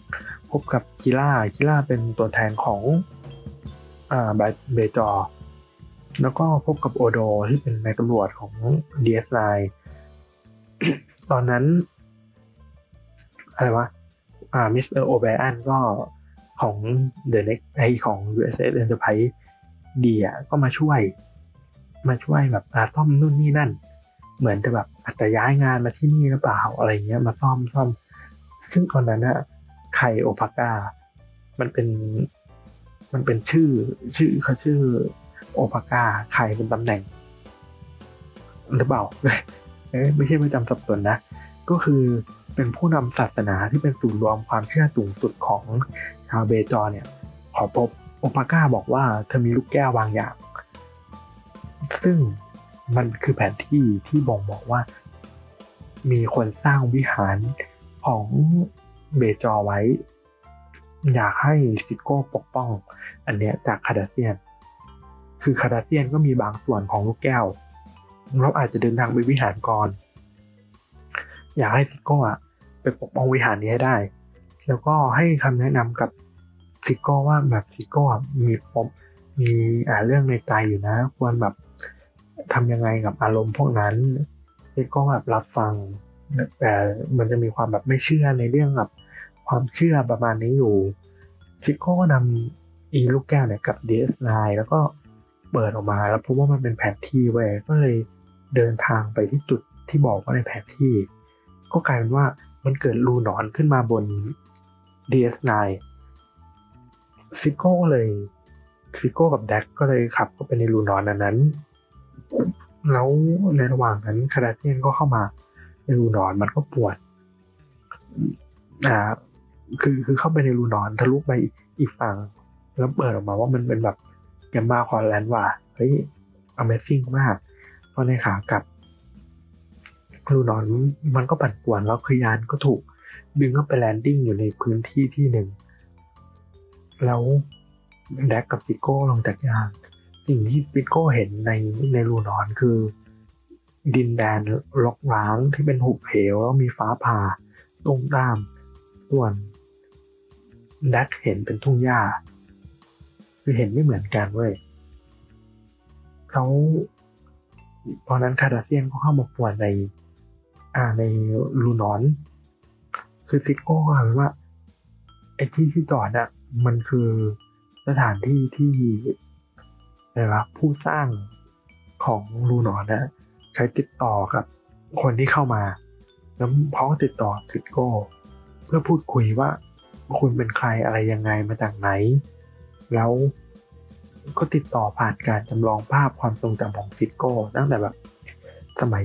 พบกับคิล่าคิล่าเป็นตัวแทนของอ่าเบจอร์แล้วก็พบกับโอโดที่เป็นนายตำรวจของ ดี เอส ไนน์ ตอนนั้นอะไรวะอ่ามิสเตอร์โอไบรอันก็ของ The Next ไอของ ยู เอส เอส Enterprise ดีอ่ะก็มาช่วยมาช่วยแบบอ่าซ่อมนู่นนี่นั่นเหมือนจะแบบอาจจะย้ายงานมาที่นี่หรือเปล่าอะไรเงี้ยมาซ่อมซ่อมซึ่งตอนนั้นอะไคโอพาก้ามันเป็นมันเป็นชื่อชื่อเขาชื่อโอพาก้าไคเป็นตำแหน่งหรือเปล่าเอ้ยไม่ใช่ไม่จำสับสนนะก็คือเป็นผู้นำศาสนาที่เป็นศูนย์รวมความเชื่อสูงสุดของชาวเบจอร์เนี่ยขอพบโอพาก้าบอกว่าเธอมีลูกแก้วบางอย่างซึ่งมันคือแผนที่ที่บ่งบอกว่ามีคนสร้างวิหารของเบจอร์ไว้อยากให้ซิโก้ปกป้องอันเนี้ยจากคาดาเซียนคือคาดาเซียนก็มีบางส่วนของลูกแก้วเราอาจจะเดินทางไปวิหารก่อนอยากให้ซิโก้อะไปปกป้องวิหารนี้ให้ได้แล้วก็ให้คำแนะนำกับซิโก้ว่าแบบซิโก้มีปมมีอ่าเรื่องในใจอยู่นะควรแบบทำยังไงกับอารมณ์พวกนั้นซิโก้แบบรับฟังแต่มันจะมีความแบบไม่เชื่อในเรื่องแบบความเชื่อประมาณนี้อยู่ซิโก้ก็นำอีลูกแก้วเนี่ยกับ ดี เอส ไนน์ แล้วก็เปิดออกมาแล้วพบว่ามันเป็นแผนที่เว้ยก็เลยเดินทางไปที่จุดที่บอกว่าในแผนที่ก็กลายเป็นว่ามันเกิดรูหนอนขึ้นมาบน ดี เอส ไนน์ ซิโก้เลยซิโก้กับแดกก็เลยขับเข้าไปในรูหนอนนั้นแล้วในระหว่างนั้นคาราเทียนก็เข้ามาในรูหนอนมันก็ปวดอ่าคือคือเข้าไปในรูหนอนทะลุไปอีกฝั่งแล้วเปิดออกมาว่ามันเป็นแบบแกมมาคอร์แลนด์ว่ะเฮ้ย Amazing มากเพราะในขากลับรูหนอนมันก็ปั่นป่วนแล้วคือยานก็ถูกดึงเข้าไปแลนดิ้งอยู่ในพื้นที่ที่หนึ่งแล้วแดกกับซิโก้ลงจากยานสิ่งที่ซิโก้เห็นในในรูหนอนคือดินแดนรกร้างที่เป็นหุบเหวแล้วมีฟ้าผ่าตุ้มตามส่วนแดกเห็นเป็นทุ่งหญ้าคือเห็นไม่เหมือนกันเว้ยเขาตอนนั้นคาดาเซียนก็เข้ามาป่วนในอ่าในรูหนอนคือซิโก้ก็คิดว่าไอ้ที่ที่จอดอ่ะมันคือสถานที่ที่อะไรวะผู้สร้างของรูหนอนนะใช้ติดต่อกับคนที่เข้ามาแล้วพร้อมติดต่อซิโก้เพื่อพูดคุยว่าคุณเป็นใครอะไรยังไงมาจากไหนแล้วก็ติดต่อผ่านการจำลองภาพความทรงจำของซิโก้ตั้งแต่แบบสมัย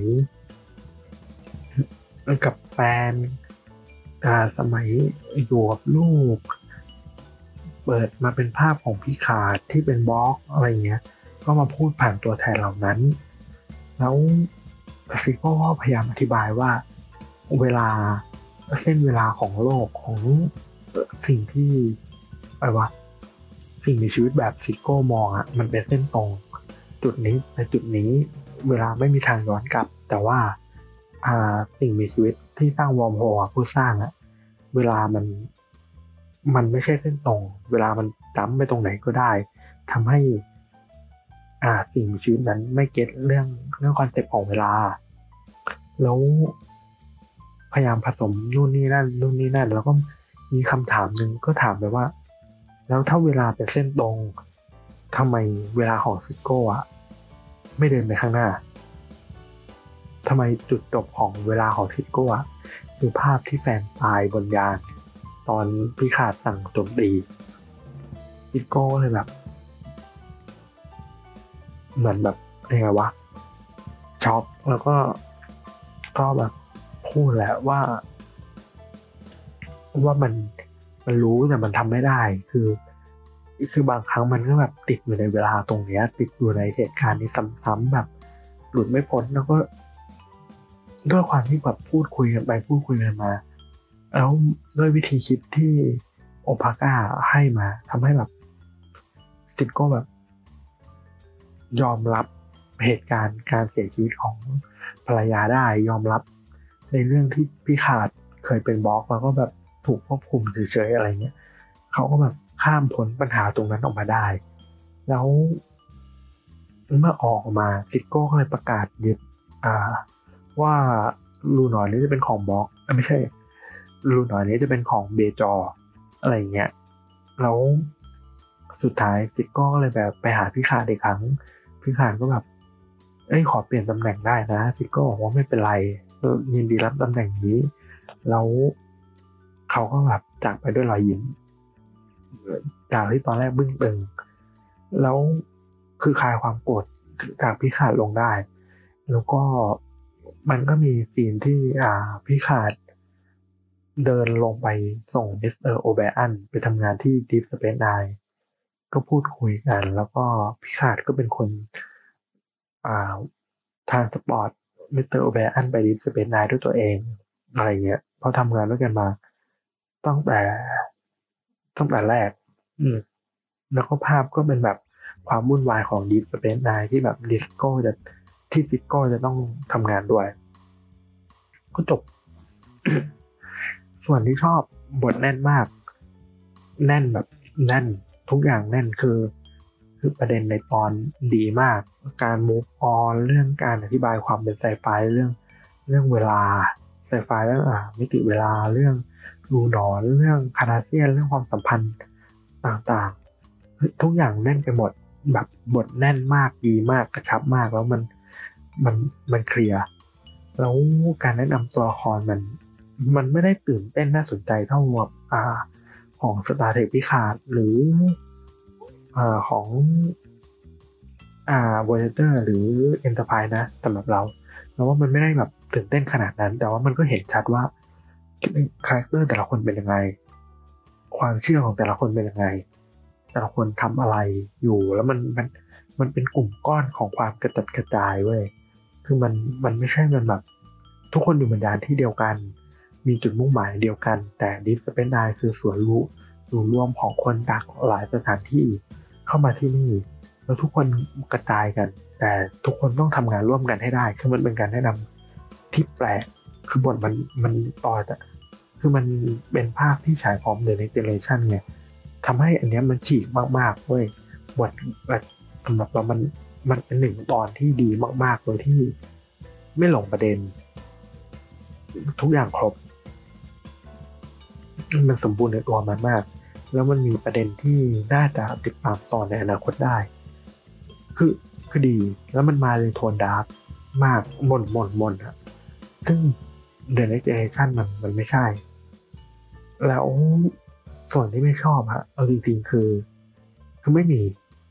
กับแฟนอ่าสมัยอยู่กับลูกเปิดมาเป็นภาพของพี่ขาดที่เป็นบล็อกอะไรเงี้ยก็มาพูดผ่านตัวแทนเหล่านั้นแล้วซิโก้ก็พยายามอธิบายว่าเวลาเส้นเวลาของโลกของสิ่งที่อะไรวะสิ่งมีชีวิตแบบซิโก้มองอ่ะมันเป็นเส้นตรงจุดนี้ในจุดนี้เวลาไม่มีทางย้อนกลับแต่ว่าอ่าสิ่งมีชีวิตที่สร้างวอร์มโฮลผู้สร้างอ่ะเวลามันมันไม่ใช่เส้นตรงเวลามันจ้ำไปตรงไหนก็ได้ทำให้อ่าสิ่งมีชีวิตนั้นไม่เก็ตเรื่องเรื่องคอนเซ็ปต์ของเวลาแล้วพยายามผสมนู่นนี่นั่นนู่นนี่นั่นแล้วก็มีคำถามหนึ่งก็ถามไปว่าแล้วถ้าเวลาเป็นเส้นตรงทำไมเวลาของซิโก้อะไม่เดินไปข้างหน้าทำไมจุดจบของเวลาของซิโก้อะคือภาพที่แฟนตายบนยานตอนพิฆาตสั่งโจมตีซิโก้เลยแบบเหมือนแบบยังไงวะช็อกแล้วก็ก็แบบพูดแหละว่าว่ามันมันรู้แต่มันทำไม่ได้คือคือบางครั้งมันก็แบบติดอยู่ในเวลาตรงเนี้ยติดอยู่ในเหตุการณ์นี้ซ้ำๆแบบหลุดไม่พ้นแล้วก็ด้วยความที่แบบพูดคุยกันไปพูดคุยกันมาแล้วด้วยวิธีคิดที่โอพาก้าให้มาทำให้แบบซิโก้แบบยอมรับเหตุการณ์การเสียชีวิตของภรรยาได้ยอมรับในเรื่องที่พี่ขาดเคยเป็นบล็อกแล้วก็แบบถูกควบคุมเฉยๆอะไรเงี้ยเขาก็แบบข้ามพ้นปัญหาตรงนั้นออกมาได้แล้วเมื่อออกมาซิโก้ก็เลยประกาศยึดอ่าว่าลูนอยนี้จะเป็นของบล็อกไม่ใช่ลูนอยนี้จะเป็นของเบจออะไรเงี้ยแล้วสุดท้ายซิโก้ก็เลยแบบไปหาพี่ขาดอีกครั้งพี่ขาดก็แบบเอ้ยขอเปลี่ยนตำแหน่งได้นะซิโก้บอกว่าไม่เป็นไรยินดีรับตำแหน่งนี้แล้วเขาก็แบบจากไปด้วยรอยยิ้มจากที่ตอนแรกบึ้งตึงแล้วคือคลายความโกรธจากพี่ขาดลงได้แล้วก็มันก็มีซีนที่อ่าพี่ขาดเดินลงไปส่งมิสเตอร์โอแบอันไปทำงานที่ Deep Space Nine ก็พูดคุยกันแล้วก็พี่ขาดก็เป็นคนอ่าทรานสปอร์ตมิสเตอร์โอแบอันไป Deep Space Nine ด้วยตัวเองอะไรเงี้ยเพราะทำงานด้วยกันมาตั้งแต่ตั้งแต่แรกอืมแล้วก็ภาพก็เป็นแบบความวุ่นวายของ Deep Space Nine ที่แบบดิสโก้จะที่ซิโก้จะต้องทำงานด้วยก็จบ ส่วนที่ชอบบทแน่นมากแน่นแบบแน่นทุกอย่างแน่นคือคือประเด็นในตอนดีมากการ move on เรื่องการอธิบายความเป็นไซไฟเรื่องเรื่องเวลาไซไฟเรื่องอ่ามิติเวลาเรื่องรูนอนเรื่องคาราเซียนเรื่องความสัมพันธ์ต่างๆทุกอย่างแน่นไปหมดแบบบทแน่นมากดีมากกระชับมากแล้วมันมันมันเคลียร์แล้วการแนะนำตัวละครมันมันไม่ได้ตื่นเต้นน่าสนใจเท่ากับอ่าของ Star Trek พิฆาตหรืออ่าของอ่า Voyager หรือ Enterprise นะสำหรับเราเราว่ามันไม่ได้แบบตื่นเต้นขนาดนั้นแต่ว่ามันก็เห็นชัดว่าคาแรคเตอร์แต่ละคนเป็นยังไงความเชื่อของแต่ละคนเป็นยังไงแต่ละคนทำอะไรอยู่แล้วมันมันมันเป็นกลุ่มก้อนของความกระจัดกระจายเว้ยคือมันมันไม่ใช่มันแบบทุกคนอยู่บนยานที่เดียวกันมีจุดมุ่งหมายเดียวกันแต่ Deep Space Nine คือส่วนรู้ศูนย์รวมของคนจากหลายสถานที่เข้ามาที่นี่แล้วทุกคนกระจายกันแต่ทุกคนต้องทำงานร่วมกันให้ได้คือมันเป็นการแนะนำที่แปลกคือบทมันมันต่อจากคือมันเป็นภาพที่ฉายพร้อม The Next Generation ไงทำให้อันเนี้ยมันฉีกมากๆเว้ยบทสำหรับเรามันมันเป็นหนึ่งตอนที่ดีมากๆโดยที่ไม่หลงประเด็นทุกอย่างครบมันสมบูรณ์ในตัวมันมากแล้วมันมีประเด็นที่น่าจะติดตามต่อในอนาคตได้คือคือดีแล้วมันมาในโทนดาร์กมากมนมนมนอะซึ่ง The Next Generation มันมันไม่ใช่แล้วส่วนที่ไม่ชอบฮะเอาจริงๆคือคือไม่มี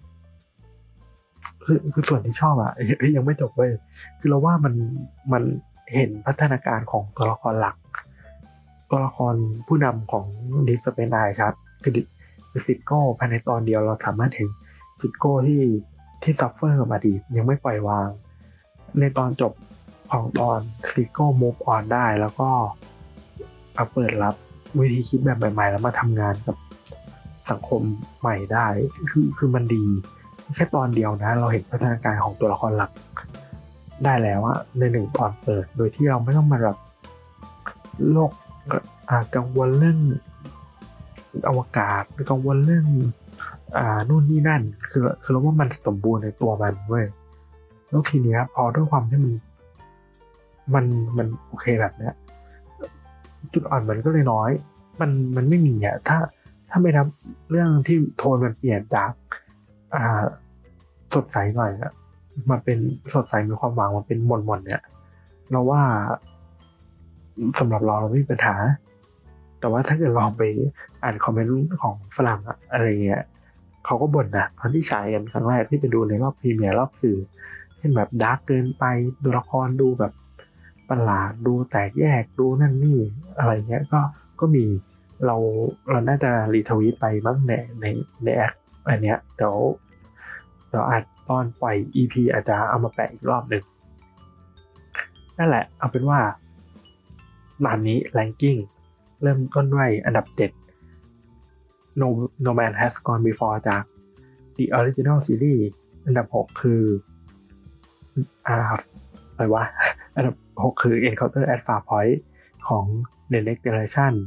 คือคือส่วนที่ชอบอะยังไม่จบเว้ยคือเราว่ามันมันเห็นพัฒนาการของตัวละครหลักตัวละครผู้นำของ Deep Space Nine ครับคือคือซิโก้ภายในตอนเดียวเราสามารถเห็นซิโก้ที่ที่ซัฟเฟอร์มาดียังไม่ปล่อยวางในตอนจบของตอนซิโก้ move on ได้แล้วก็มาเปิดรับวิธีคิดแบบใหม่ๆแล้วมาทำงานกับสังคมใหม่ได้คือคือมันดีแค่ตอนเดียวนะเราเห็นพัฒนาการของตัวละครหลักได้แล้วอะในหนึ่งตอนเปิดโดยที่เราไม่ต้องมาแบบโลกกังวลเรื่องอวกาศกังวลเรื่องอ่านู่นนี่นั่นคือคือเราว่ามันสมบูรณ์ในตัวมันเว้ยแล้วทีเนี้ยพอด้วยความที่มันมันมันโอเคแบบเนี้ยจุดอ่อนมันก็เลยน้อยมันมันไม่มีอะถ้าถ้าไม่นับเรื่องที่โทนมันเปลี่ยนจากอ่าสดใสหน่อยอะมาเป็นสดใสมีความหวังมันเป็นหม่นๆเนี่ยเราว่าสำหรับเราเราไม่มีปัญหาแต่ว่าถ้าเกิดลองไปอ่านคอมเมนต์ของฝรั่งอะอะไรเงี้ยเขาก็บ่นนะตอนที่ฉายกันครั้งแรกที่ไปดูในรอบพรีเมียร์รอบสื่อเช่นแบบดาร์กเกินไปดูละครดูแบบประหลาดดูแตกแยกดูนั่นนี่อะไรเงี้ยก็ก็มีเราเราน่าจะรีทวีตไปบ้างในในในแอคอันเนี้ยเดี๋ยวเดี๋ยวอาจตอนปล่อย อี พี อาจจะเอามาแปะอีกรอบหนึ่งนั่นแหละเอาเป็นว่าตอนนี้ ranking เริ่มต้นด้วยอันดับเจ็ด No No Man Has Gone Before จาก The Original Series อันดับหกคืออ่าอะไรวะอันดับหกคือ Encounter at Farpoint ของ The Next Generation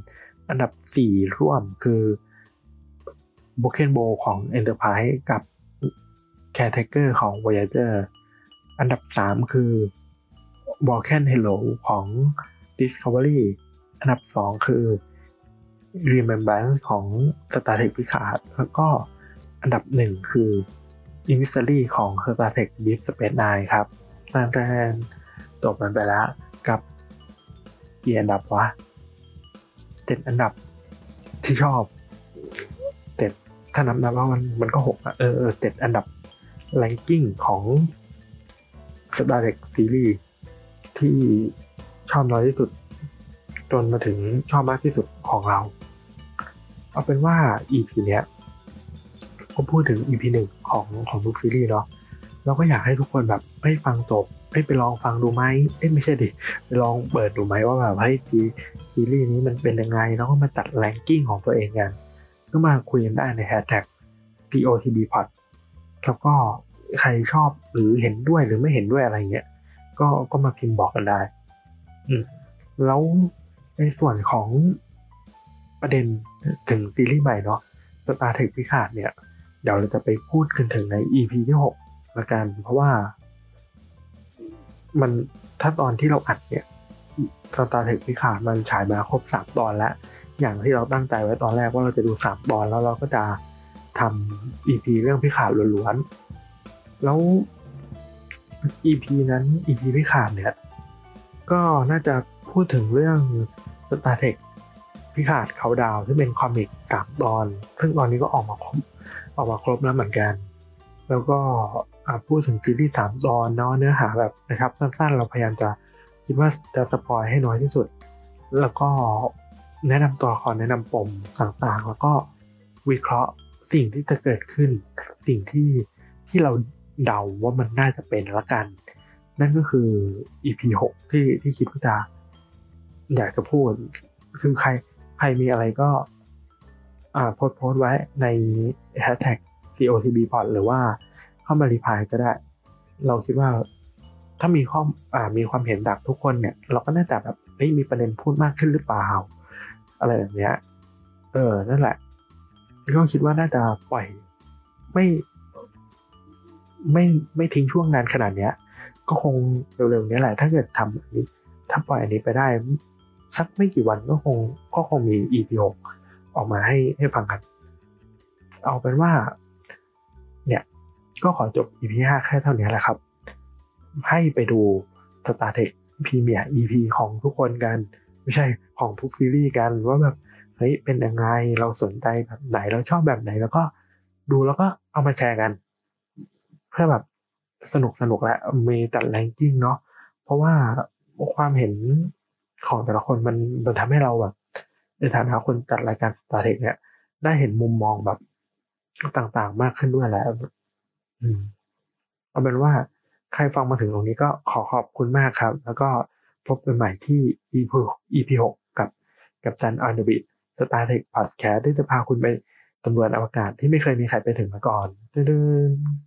อันดับสี่ร่วมคือ Broken Bow ของ Enterprise กับ Caretaker ของ Voyager อันดับสามคือ Broken Hello ของ Discovery อันดับสองคือ Remembrance ของ Star Trek Picard แล้วก็อันดับหนึ่งคือ Emissary ของ Star Trek Deep Space Nine ครับนั่นแรกจบมันไปแล้วกับกี่อันดับวะเจ็ดอันดับที่ชอบเจ็ดถ้านับนับว่ามันมันก็หกอ่ะเออเออเจ็ดอันดับ ranking ของ Star Trek Series ที่ชอบน้อยที่สุดจนมาถึงชอบมากที่สุดของเราเอาเป็นว่า อี พี เนี้ยก็พูดถึง อี พี หนึ่งของของทุกซีรีส์เนาะเราก็อยากให้ทุกคนแบบให้ฟังจบให้ไปลองฟังดูไหมเอ้ยไม่ใช่ดิไปลองเปิดดูไหมว่าแบบให้ซีรีส์นี้มันเป็นยังไงแล้วก็มาจัดแรงกิ้งของตัวเองกันก็มาคุยกันได้ในแฮชแท็ก ซี โอ ที บี Pod แล้วก็ใครชอบหรือเห็นด้วยหรือไม่เห็นด้วยอะไรเงี้ยก็ก็มาพิมพ์บอกกันได้อืมแล้วในส่วนของประเด็นถึงซีรีส์ใหม่เนาะ Star Trek Picard เนี่ยเดี๋ยวเราจะไปพูดกันถึงใน อี พี ที่หกละกันเพราะว่ามันถ้าตอนที่เราอัดเนี่ย Star Trek Picard มันฉายมาครบสามตอนแล้วอย่างที่เราตั้งใจไว้ตอนแรกว่าเราจะดูสามตอนแล้วเราก็จะทำ อี พี เรื่อง Picard ล้วนๆแล้ว อี พี นั้น อี พี Picard เนี่ยก็น่าจะพูดถึงเรื่อง Star Trek Picard Countdown ที่เป็นคอมิกสามตอนซึ่งตอนนี้ก็ออกมาครบออกมาครบแล้วเหมือนกันแล้วก็พูดถึงซีรีส์สามตอนเนาะเนื้อหาแบบนะครับสั้นๆเราพยายามจะคิดว่าจะสปอยให้น้อยที่สุดแล้วก็แนะนำตัวละครแนะนำปมต่างๆแล้วก็วิเคราะห์สิ่งที่จะเกิดขึ้นสิ่งที่ที่เราเดาว่ามันน่าจะเป็นละกันนั่นก็คือ อี พี หกที่ที่คิดว่าจะอยากจะพูดคือใครใครมีอะไรก็อ่าโพสต์โพสต์ไว้ในแฮชแท็ก ซี โอ ที บี Pod หรือว่าเข้ามารีพลายก็ได้เราคิดว่าถ้ามีข้ออ่ามีความเห็นแบบทุกคนเนี่ยเราก็น่าจะแบบเฮ้ยมีประเด็นพูดมากขึ้นหรือเปล่าอะไรแบบเนี้ยเออนั่นแหละก็คิดว่าน่าจะปล่อยไม่ไม่ไม่ทิ้งช่วงนานขนาดเนี้ยก็คงเร็วๆนี้แหละถ้าเกิดทำอันนี้ถ้าปล่อยอันนี้ไปได้สักไม่กี่วันก็คงก็คงมี อี พี หกออกมาให้ให้ฟังกันเอาเป็นว่าเนี่ยก็ขอจบ อี พี ห้าแค่เท่านี้แหละครับให้ไปดู Star Trek Premier อี พี ของทุกคนกันไม่ใช่ของทุกซีรีส์กันว่าแบบเฮ้ยเป็นยังไงเราสนใจแบบไหนเราชอบแบบไหนแล้วก็ดูแล้วก็เอามาแชร์กันเพื่อแบบสนุกสนุกและมีจัดแรงกิ้งเนาะเพราะว่าความเห็นของแต่ละคนมันมันทำให้เราแบบในฐานะคนจัดรายการ Star Trek เนี่ยได้เห็นมุมมองแบบต่างๆมากขึ้นด้วยแล้วอืมเอาเป็นว่าใครฟังมาถึงตรงนี้ก็ขอขอบคุณมากครับแล้วก็พบกันใหม่ที่ อี พี หกกับกับ Sun on the Beat Star Trek Podcast ที่จะพาคุณไปสำรวจอวกาศที่ไม่เคยมีใครไปถึงมาก่อน